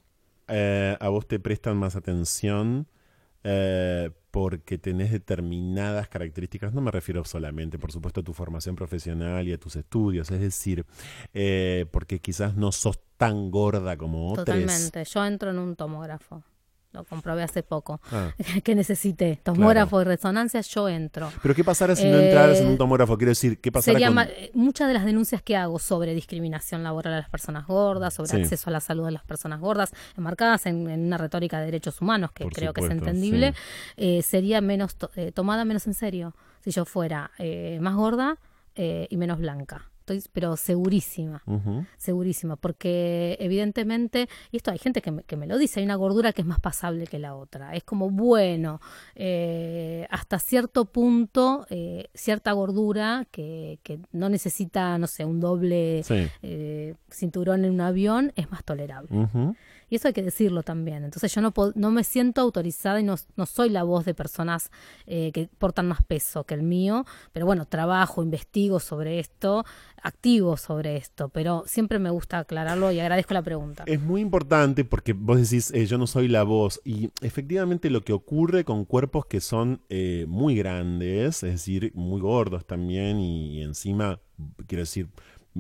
Eh, ¿A vos te prestan más atención? Eh, porque tenés determinadas características, no me refiero solamente, por supuesto, a tu formación profesional y a tus estudios, es decir, eh, porque quizás no sos tan gorda como otros. Totalmente. Yo entro en un tomógrafo. Lo comprobé hace poco. Ah, Que necesité tomógrafo y resonancia, yo entro. pero ¿qué pasará si no Eh, entraras en un tomógrafo? Quiero decir, ¿qué pasará Sería con...? ma- eh, muchas de las denuncias que hago sobre discriminación laboral a las personas gordas, sobre Sí. acceso a la salud de las personas gordas, enmarcadas en, en una retórica de derechos humanos que Por creo que es supuesto, entendible, sí. eh, sería menos to- eh, tomada menos en serio si yo fuera eh, más gorda eh, y menos blanca. Estoy, pero segurísima. Ujú. Segurísima, porque evidentemente, y esto hay gente que me, que me lo dice, hay una gordura que es más pasable que la otra. Es como, bueno, eh, hasta cierto punto, eh, cierta gordura que, que no necesita, no sé, un doble Sí. eh, cinturón en un avión, es más tolerable. Ujú. Y eso hay que decirlo también. Entonces yo no, po- no me siento autorizada y no, no soy la voz de personas eh, que portan más peso que el mío, pero bueno, trabajo, investigo sobre esto, activo sobre esto, pero siempre me gusta aclararlo y agradezco la pregunta. Es muy importante porque vos decís, eh, yo no soy la voz, y efectivamente lo que ocurre con cuerpos que son eh, muy grandes, es decir, muy gordos también, y, y encima, quiero decir,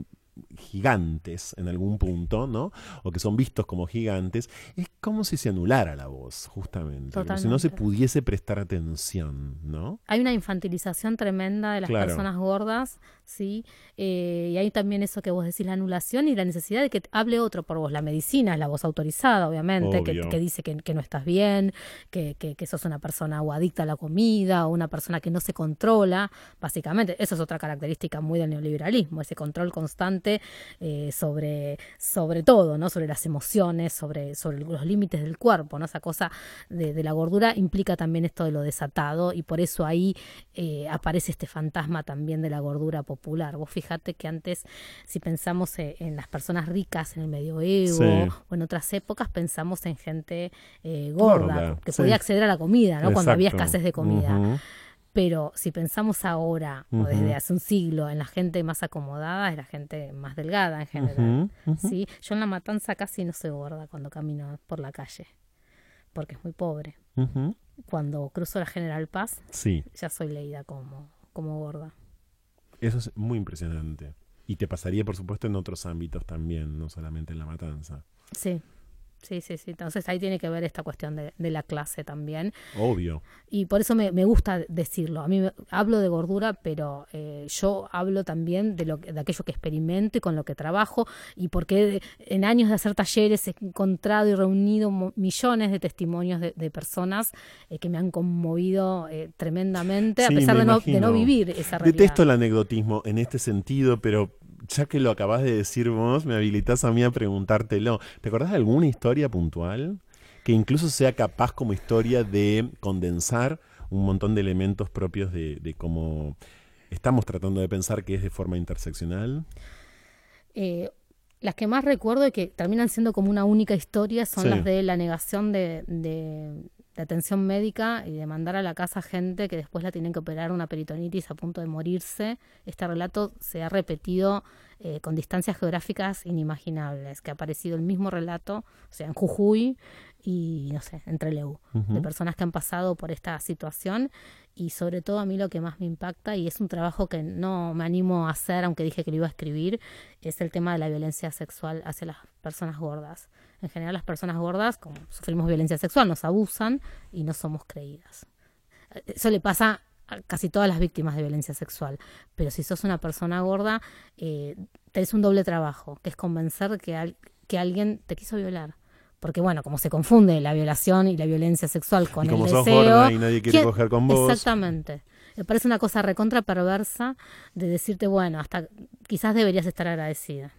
gigantes en algún punto, ¿no? O que son vistos como gigantes, es como si se anulara la voz, justamente. Como si no se Totalmente. pudiese prestar atención, ¿no? Hay una infantilización tremenda de las Claro. personas gordas, ¿sí? Eh, y hay también eso que vos decís, la anulación y la necesidad de que te hable otro por vos. La medicina es la voz autorizada, obviamente, que, Obvio. que dice que, que no estás bien, que, que, que sos una persona o adicta a la comida, o una persona que no se controla, básicamente. Eso es otra característica muy del neoliberalismo, ese control constante eh, sobre, sobre todo, ¿no? Sobre las emociones, sobre, sobre los límites del cuerpo, ¿no? Esa cosa de, de la gordura implica también esto de lo desatado, y por eso ahí eh, aparece este fantasma también de la gordura popular. Vos fijate que antes, si pensamos eh, en las personas ricas en el medioevo Sí. o en otras épocas, pensamos en gente eh, gorda, Gorda, que sí. podía acceder a la comida, ¿no? Cuando había Exacto. escasez de comida. Ujú. Pero si pensamos ahora, o Ujú. desde hace un siglo, en la gente más acomodada, es la gente más delgada en general. Ujú, ujú. ¿Sí? Yo en La Matanza casi no soy gorda cuando camino por la calle, porque es muy pobre. Ujú. Cuando cruzo la General Paz, Sí, ya soy leída como, como gorda. eso es muy impresionante. Y te pasaría, por supuesto, en otros ámbitos también, no solamente en la matanza. Sí, Sí, sí, sí. Entonces ahí tiene que ver esta cuestión de, de la clase también. Obvio. Y por eso me, me gusta decirlo. A mí me, hablo de gordura, pero eh, yo hablo también de, lo, de aquello que experimento y con lo que trabajo, y porque en años de hacer talleres he encontrado y reunido mo- millones de testimonios de, de personas eh, que me han conmovido eh, tremendamente, a Sí, pesar me de no, de no imagino. vivir esa realidad. Detesto el anecdotismo en este sentido, pero ya que lo acabas de decir vos, me habilitás a mí a preguntártelo. ¿Te acordás de alguna historia puntual que incluso sea capaz como historia de condensar un montón de elementos propios de, de cómo estamos tratando de pensar que es de forma interseccional? Eh, las que más recuerdo y que terminan siendo como una única historia son Sí. las de la negación de, de, de atención médica y de mandar a la casa gente que después la tienen que operar una peritonitis a punto de morirse. Este relato se ha repetido eh, con distancias geográficas inimaginables, que ha aparecido el mismo relato, o sea, en Jujuy y, no sé, en Trelew, Ujú. de personas que han pasado por esta situación. Y sobre todo a mí lo que más me impacta, y es un trabajo que no me animo a hacer, aunque dije que lo iba a escribir, es el tema de la violencia sexual hacia las personas gordas. En general las personas gordas, como sufrimos violencia sexual, nos abusan y no somos creídas. Eso le pasa a casi todas las víctimas de violencia sexual. Pero si sos una persona gorda, eh, tenés un doble trabajo, que es convencer que, al, que alguien te quiso violar. Porque bueno, como se confunde la violación y la violencia sexual con Y como el sos deseo, gorda y nadie quiere ¿quién? coger con vos. Exactamente. Me parece una cosa recontra perversa de decirte, bueno, hasta quizás deberías estar agradecida.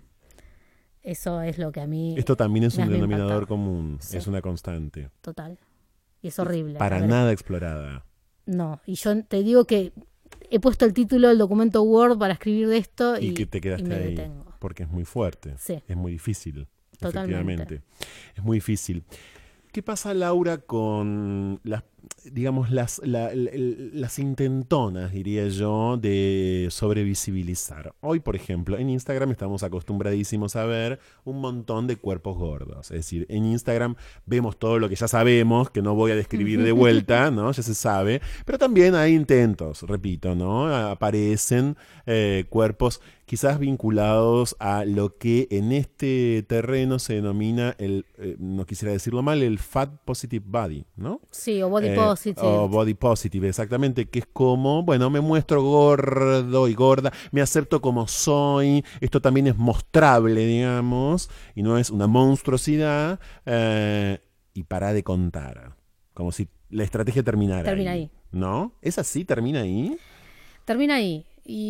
Eso es lo que a mí Esto también es me un ha denominador impactado. común, Sí. es una constante. Total. Y es horrible. Para A ver, nada explorada. No, y yo te digo que he puesto el título del documento Word para escribir de esto y, Y que te y quedaste me ahí. detengo. Porque es muy fuerte. Sí. Es muy difícil. Totalmente. Efectivamente. Es muy difícil. ¿Qué pasa, Laura, con las, digamos, las, la- la- las intentonas, diría yo, de sobrevisibilizar? Hoy, por ejemplo, en Instagram estamos acostumbradísimos a ver un montón de cuerpos gordos. Es decir, en Instagram vemos todo lo que ya sabemos, que no voy a describir de vuelta, ¿no? Ya se sabe. Pero también hay intentos, repito, ¿no? Aparecen eh, cuerpos quizás vinculados a lo que en este terreno se denomina el, eh, no quisiera decirlo mal, el fat positive body, ¿no? Sí, o body Eh, positive. O body positive, exactamente, que es como, bueno, me muestro gordo y gorda, me acepto como soy, esto también es mostrable, digamos, y no es una monstruosidad, eh, y para de contar, como si la estrategia terminara Termina ahí. ahí. ¿No? ¿Es así? ¿Termina ahí? Termina ahí.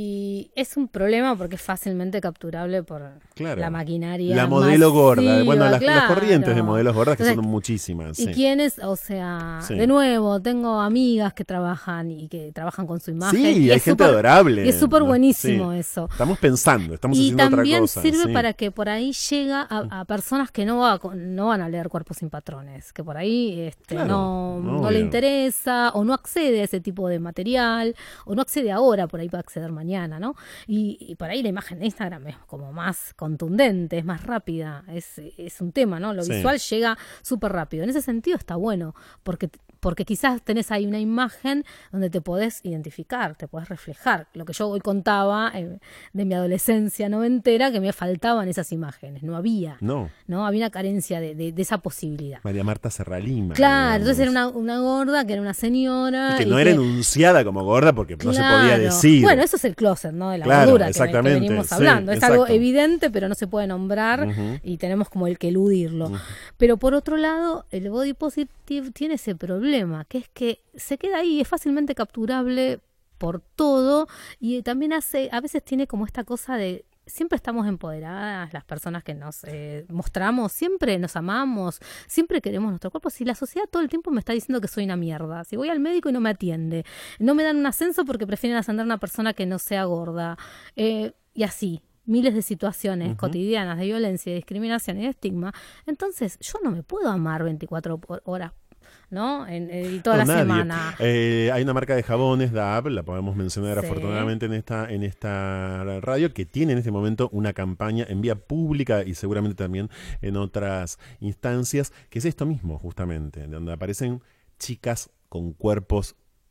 Y es un problema porque es fácilmente capturable por Claro. la maquinaria La modelo masiva, gorda. Bueno, las, las claro. corrientes de modelos gordas que Entonces, son muchísimas. ¿y Sí. quiénes? O sea, Sí. de nuevo, tengo amigas que trabajan y que trabajan con su imagen. Sí, y hay es gente súper- adorable. Y es súper ¿no? buenísimo Sí. eso. Estamos pensando, estamos Y haciendo otra también cosa. sirve sí. para que por ahí llega a, a personas que no, va, a- no van a leer Cuerpos sin Patrones, que por ahí este, Claro, no, no obvio. le interesa o no accede a ese tipo de material o no accede ahora, por ahí va a acceder mañana, ¿no? Y, y por ahí la imagen de Instagram es como más contundente, es más rápida, es, es un tema, ¿no? Lo Sí. visual llega súper rápido. En ese sentido está bueno, porque porque quizás tenés ahí una imagen donde te podés identificar, te podés reflejar. Lo que yo hoy contaba eh, de mi adolescencia noventera, que me faltaban esas imágenes, no había, No, ¿no? Había una carencia de, de, de esa posibilidad. María Marta Serralima. Claro, digamos. entonces era una, una gorda que era una señora. Y que y no era enunciada como gorda porque no se podía Claro. decir. Bueno, eso es el closet, ¿no? De la Claro, gordura que- que, exactamente, venimos sí, hablando. Es algo exacto. evidente, pero no se puede nombrar Ujú. y tenemos como el que eludirlo. Ujú. Pero por otro lado, el body positive tiene ese problema, que es que se queda ahí, es fácilmente capturable por todo y también hace, a veces tiene como esta cosa de siempre estamos empoderadas, las personas que nos eh, mostramos, siempre nos amamos, siempre queremos nuestro cuerpo. Si la sociedad todo el tiempo me está diciendo que soy una mierda, si voy al médico y no me atiende, no me dan un ascenso porque prefieren ascender a una persona que no sea gorda, eh, y así, miles de situaciones Ujú. cotidianas de violencia, de discriminación y de estigma, entonces yo no me puedo amar veinticuatro horas, ¿no? En, en- y toda No, la nadie. semana. Eh, hay una marca de jabones, D A B, la podemos mencionar Sí. afortunadamente en esta, en esta radio, que tiene en este momento una campaña en vía pública y seguramente también en otras instancias, que es esto mismo, justamente, donde aparecen chicas con cuerpos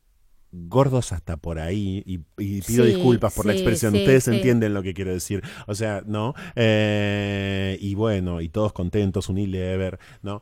gordos hasta por ahí, y, y pido Sí, disculpas por la sí, expresión, sí, ustedes sí. entienden lo que quiero decir, o sea, ¿no? Eh, y bueno, y todos contentos, Unilever, ¿no?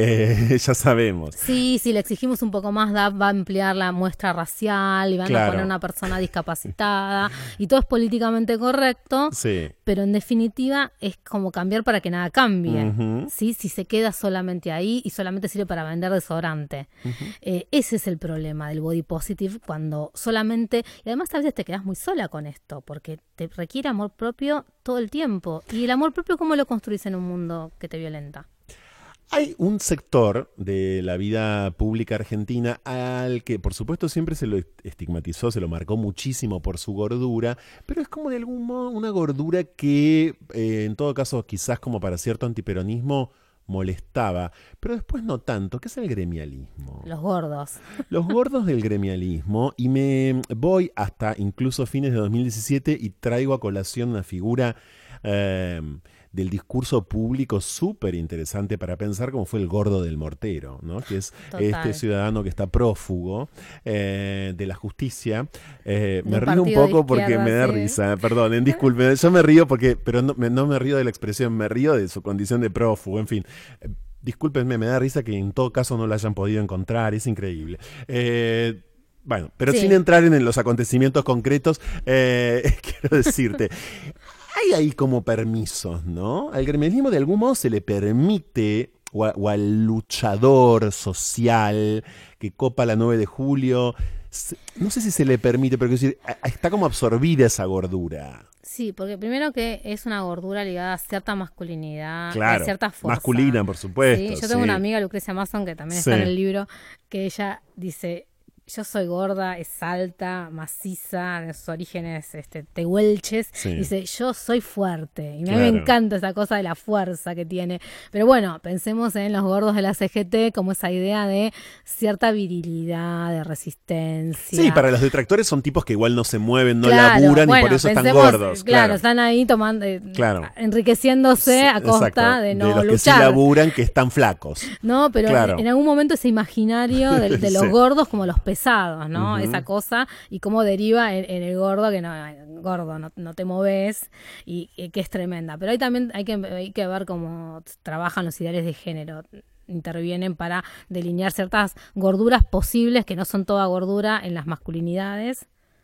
Eh, ya sabemos. Sí, si le exigimos un poco más, da- va a ampliar la muestra racial y van Claro. a poner una persona discapacitada y todo es políticamente correcto, Sí. pero en definitiva es como cambiar para que nada cambie. Ujú. ¿Sí? Si se queda solamente ahí y solamente sirve para vender desodorante. Eh, ese es el problema del body positive cuando solamente, y además a veces te quedas muy sola con esto, porque te requiere amor propio todo el tiempo. Y el amor propio, ¿cómo lo construís en un mundo que te violenta? Hay un sector de la vida pública argentina al que, por supuesto, siempre se lo estigmatizó, se lo marcó muchísimo por su gordura, pero es como de algún modo una gordura que, eh, en todo caso, quizás como para cierto antiperonismo, molestaba, pero después no tanto, que es el gremialismo. Los gordos. Los gordos del gremialismo, y me voy hasta incluso fines de dos mil diecisiete y traigo a colación una figura eh, del discurso público súper interesante para pensar, como fue el gordo del mortero, ¿no? Que es Total. este ciudadano que está prófugo eh, de la justicia. Eh, De me un río un partido de poco porque izquierda, me da sí. risa, perdonen, disculpen, yo me río porque, pero no me, no me río de la expresión, me río de su condición de prófugo, en fin. Eh, Discúlpenme, me da risa que en todo caso no lo hayan podido encontrar, es increíble. Eh, bueno, pero Sí. sin entrar en los acontecimientos concretos, eh, quiero decirte, hay ahí como permisos, ¿no? Al gremialismo de algún modo se le permite, o, a- o al luchador social que copa la nueve de julio, se- no sé si se le permite, pero quiero decir, a- a- está como absorbida esa gordura. Sí, porque primero que es una gordura ligada a cierta masculinidad, Claro, a cierta fuerza. masculina, por supuesto. Sí, yo tengo sí. una amiga, Lucrecia Mason, que también Sí. está en el libro, que ella dice, yo soy gorda, es alta, maciza, de sus orígenes este, tehuelches, Sí. dice, yo soy fuerte. Y a mí Claro. me encanta esa cosa de la fuerza que tiene. Pero bueno, pensemos en los gordos de la C G T como esa idea de cierta virilidad, de resistencia. Sí, para los detractores son tipos que igual no se mueven, no Claro, laburan y bueno, por eso están pensemos, gordos. Claro, Claro, están ahí tomando, eh, Claro. enriqueciéndose a costa exacto, de no los que sí luchar. laburan, que están flacos. No, pero Claro. en, en algún momento ese imaginario de, de los Sí. gordos como los pesados, ¿no? Ujú. Esa cosa y cómo deriva en, en el gordo que no, gordo, no, no te moves y, y que es tremenda. Pero ahí también hay que, hay que ver cómo trabajan los ideales de género. Intervienen para delinear ciertas gorduras posibles que no son toda gordura en las masculinidades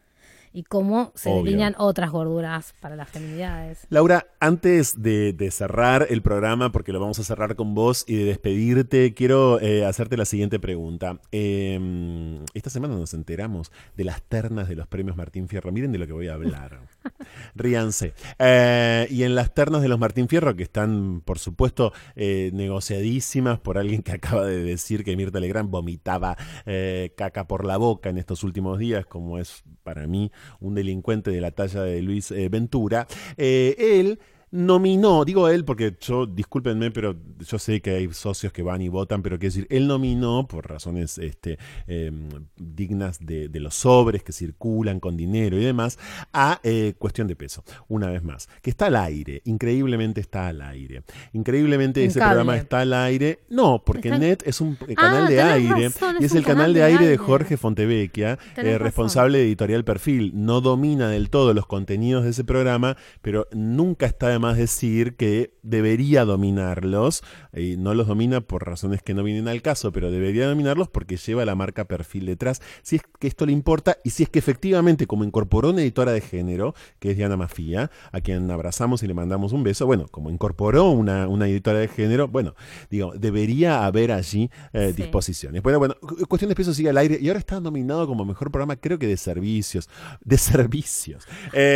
y cómo se Obvio. delinean otras gorduras para las feminidades. Laura, antes de, de cerrar el programa, porque lo vamos a cerrar con vos, y de despedirte, quiero eh, hacerte la siguiente pregunta. Eh, esta semana nos enteramos de las ternas de los premios Martín Fierro. Miren de lo que voy a hablar. Ríanse. Eh, y en las ternas de los Martín Fierro, que están, por supuesto, eh, negociadísimas por alguien que acaba de decir que Mirta Legrand vomitaba eh, caca por la boca en estos últimos días, como es para mí un delincuente de la talla de Luis eh, Ventura, eh, él nominó, digo él porque yo, discúlpenme, pero yo sé que hay socios que van y votan, pero quiero decir, él nominó, por razones este, eh, dignas de, de los sobres que circulan con dinero y demás, a eh, Cuestión de Peso, una vez más, que está al aire, increíblemente está al aire. Increíblemente En ese cable. programa está al aire, no, porque Está- Net es un eh, canal Ah, de tenés aire, razón, y es es un el canal de aire de Jorge aire. Fontevecchia, Tenés eh, razón. responsable de Editorial Perfil. No domina del todo los contenidos de ese programa, pero nunca está de más decir que debería dominarlos, y no los domina por razones que no vienen al caso, pero debería dominarlos porque lleva la marca Perfil detrás, si es que esto le importa, y si es que efectivamente, como incorporó una editora de género, que es Diana Mafía, a quien abrazamos y le mandamos un beso, bueno, como incorporó una, una editora de género, bueno, digo, debería haber allí eh, Sí. disposiciones. Bueno, bueno, Cu- Cuestión de Peso sigue al aire, y ahora está nominado como mejor programa, creo que de servicios, de servicios.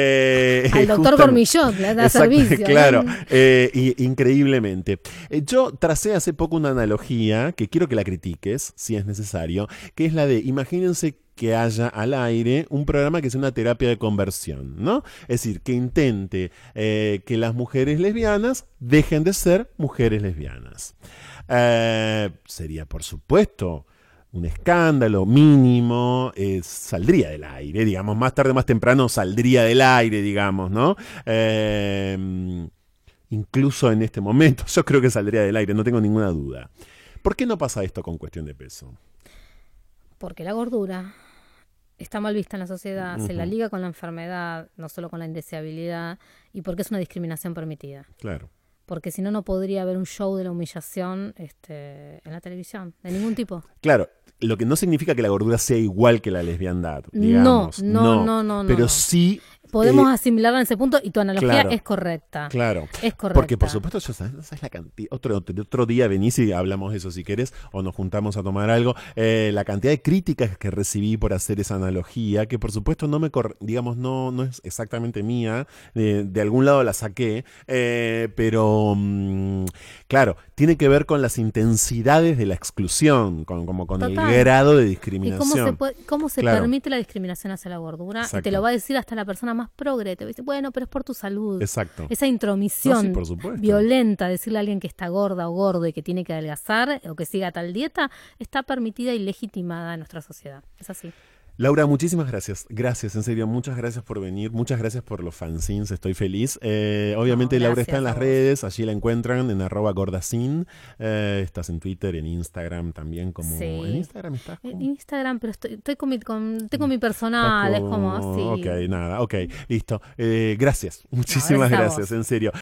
Eh, Al doctor justamente- Cormillot le da Exacto, servicio. ¿no? Claro, eh, y, increíblemente. Eh, yo tracé hace poco una analogía que quiero que la critiques, si es necesario, que es la de, imagínense que haya al aire un programa que sea una terapia de conversión, ¿no? Es decir, que intente eh, que las mujeres lesbianas dejen de ser mujeres lesbianas. Eh, sería, por supuesto, un escándalo mínimo, eh, saldría del aire, digamos, más tarde, más temprano saldría del aire, digamos, ¿no? Eh, incluso en este momento, yo creo que saldría del aire, no tengo ninguna duda. ¿Por qué no pasa esto con Cuestión de Peso? Porque la gordura está mal vista en la sociedad, uh-huh. se la liga con la enfermedad, no solo con la indeseabilidad, y porque es una discriminación permitida. Claro. Porque si no, no podría haber un show de la humillación este, en la televisión, de ningún tipo. Claro, lo que no significa que la gordura sea igual que la lesbiandad, digamos. No, no, no, no. no pero no. sí... Podemos eh, asimilarla en ese punto y tu analogía claro, es correcta. Claro. Es correcta. Porque, por supuesto, yo, ¿sabes, ¿sabes la cantidad? Otro, otro día venís y hablamos de eso si querés, o nos juntamos a tomar algo. Eh, la cantidad de críticas que recibí por hacer esa analogía, que por supuesto no me, cor- digamos, no, no es exactamente mía, eh, de algún lado la saqué, eh, pero, mmm, claro, tiene que ver con las intensidades de la exclusión, con, como con Total. el grado de discriminación. ¿Y cómo se, puede, cómo se claro. permite la discriminación hacia la gordura? Exacto. Y te lo va a decir hasta la persona más progre. Te va a decir, bueno, pero es por tu salud. Exacto. Esa intromisión no, sí, por supuesto. violenta, decirle a alguien que está gorda o gordo y que tiene que adelgazar o que siga tal dieta, está permitida y legitimada en nuestra sociedad. Es así. Laura, muchísimas gracias. Gracias, en serio, muchas gracias por venir. Muchas gracias por los fanzines, estoy feliz. Eh, obviamente no, Laura está en las redes, allí la encuentran en arroba gordacin. Eh, estás en Twitter, en Instagram también. como sí. ¿En Instagram estás? En Instagram, pero estoy, estoy con mi, con, tengo mi personal, como... es como así. Ok, nada, ok, listo. Eh, gracias, muchísimas no, gracias, en serio.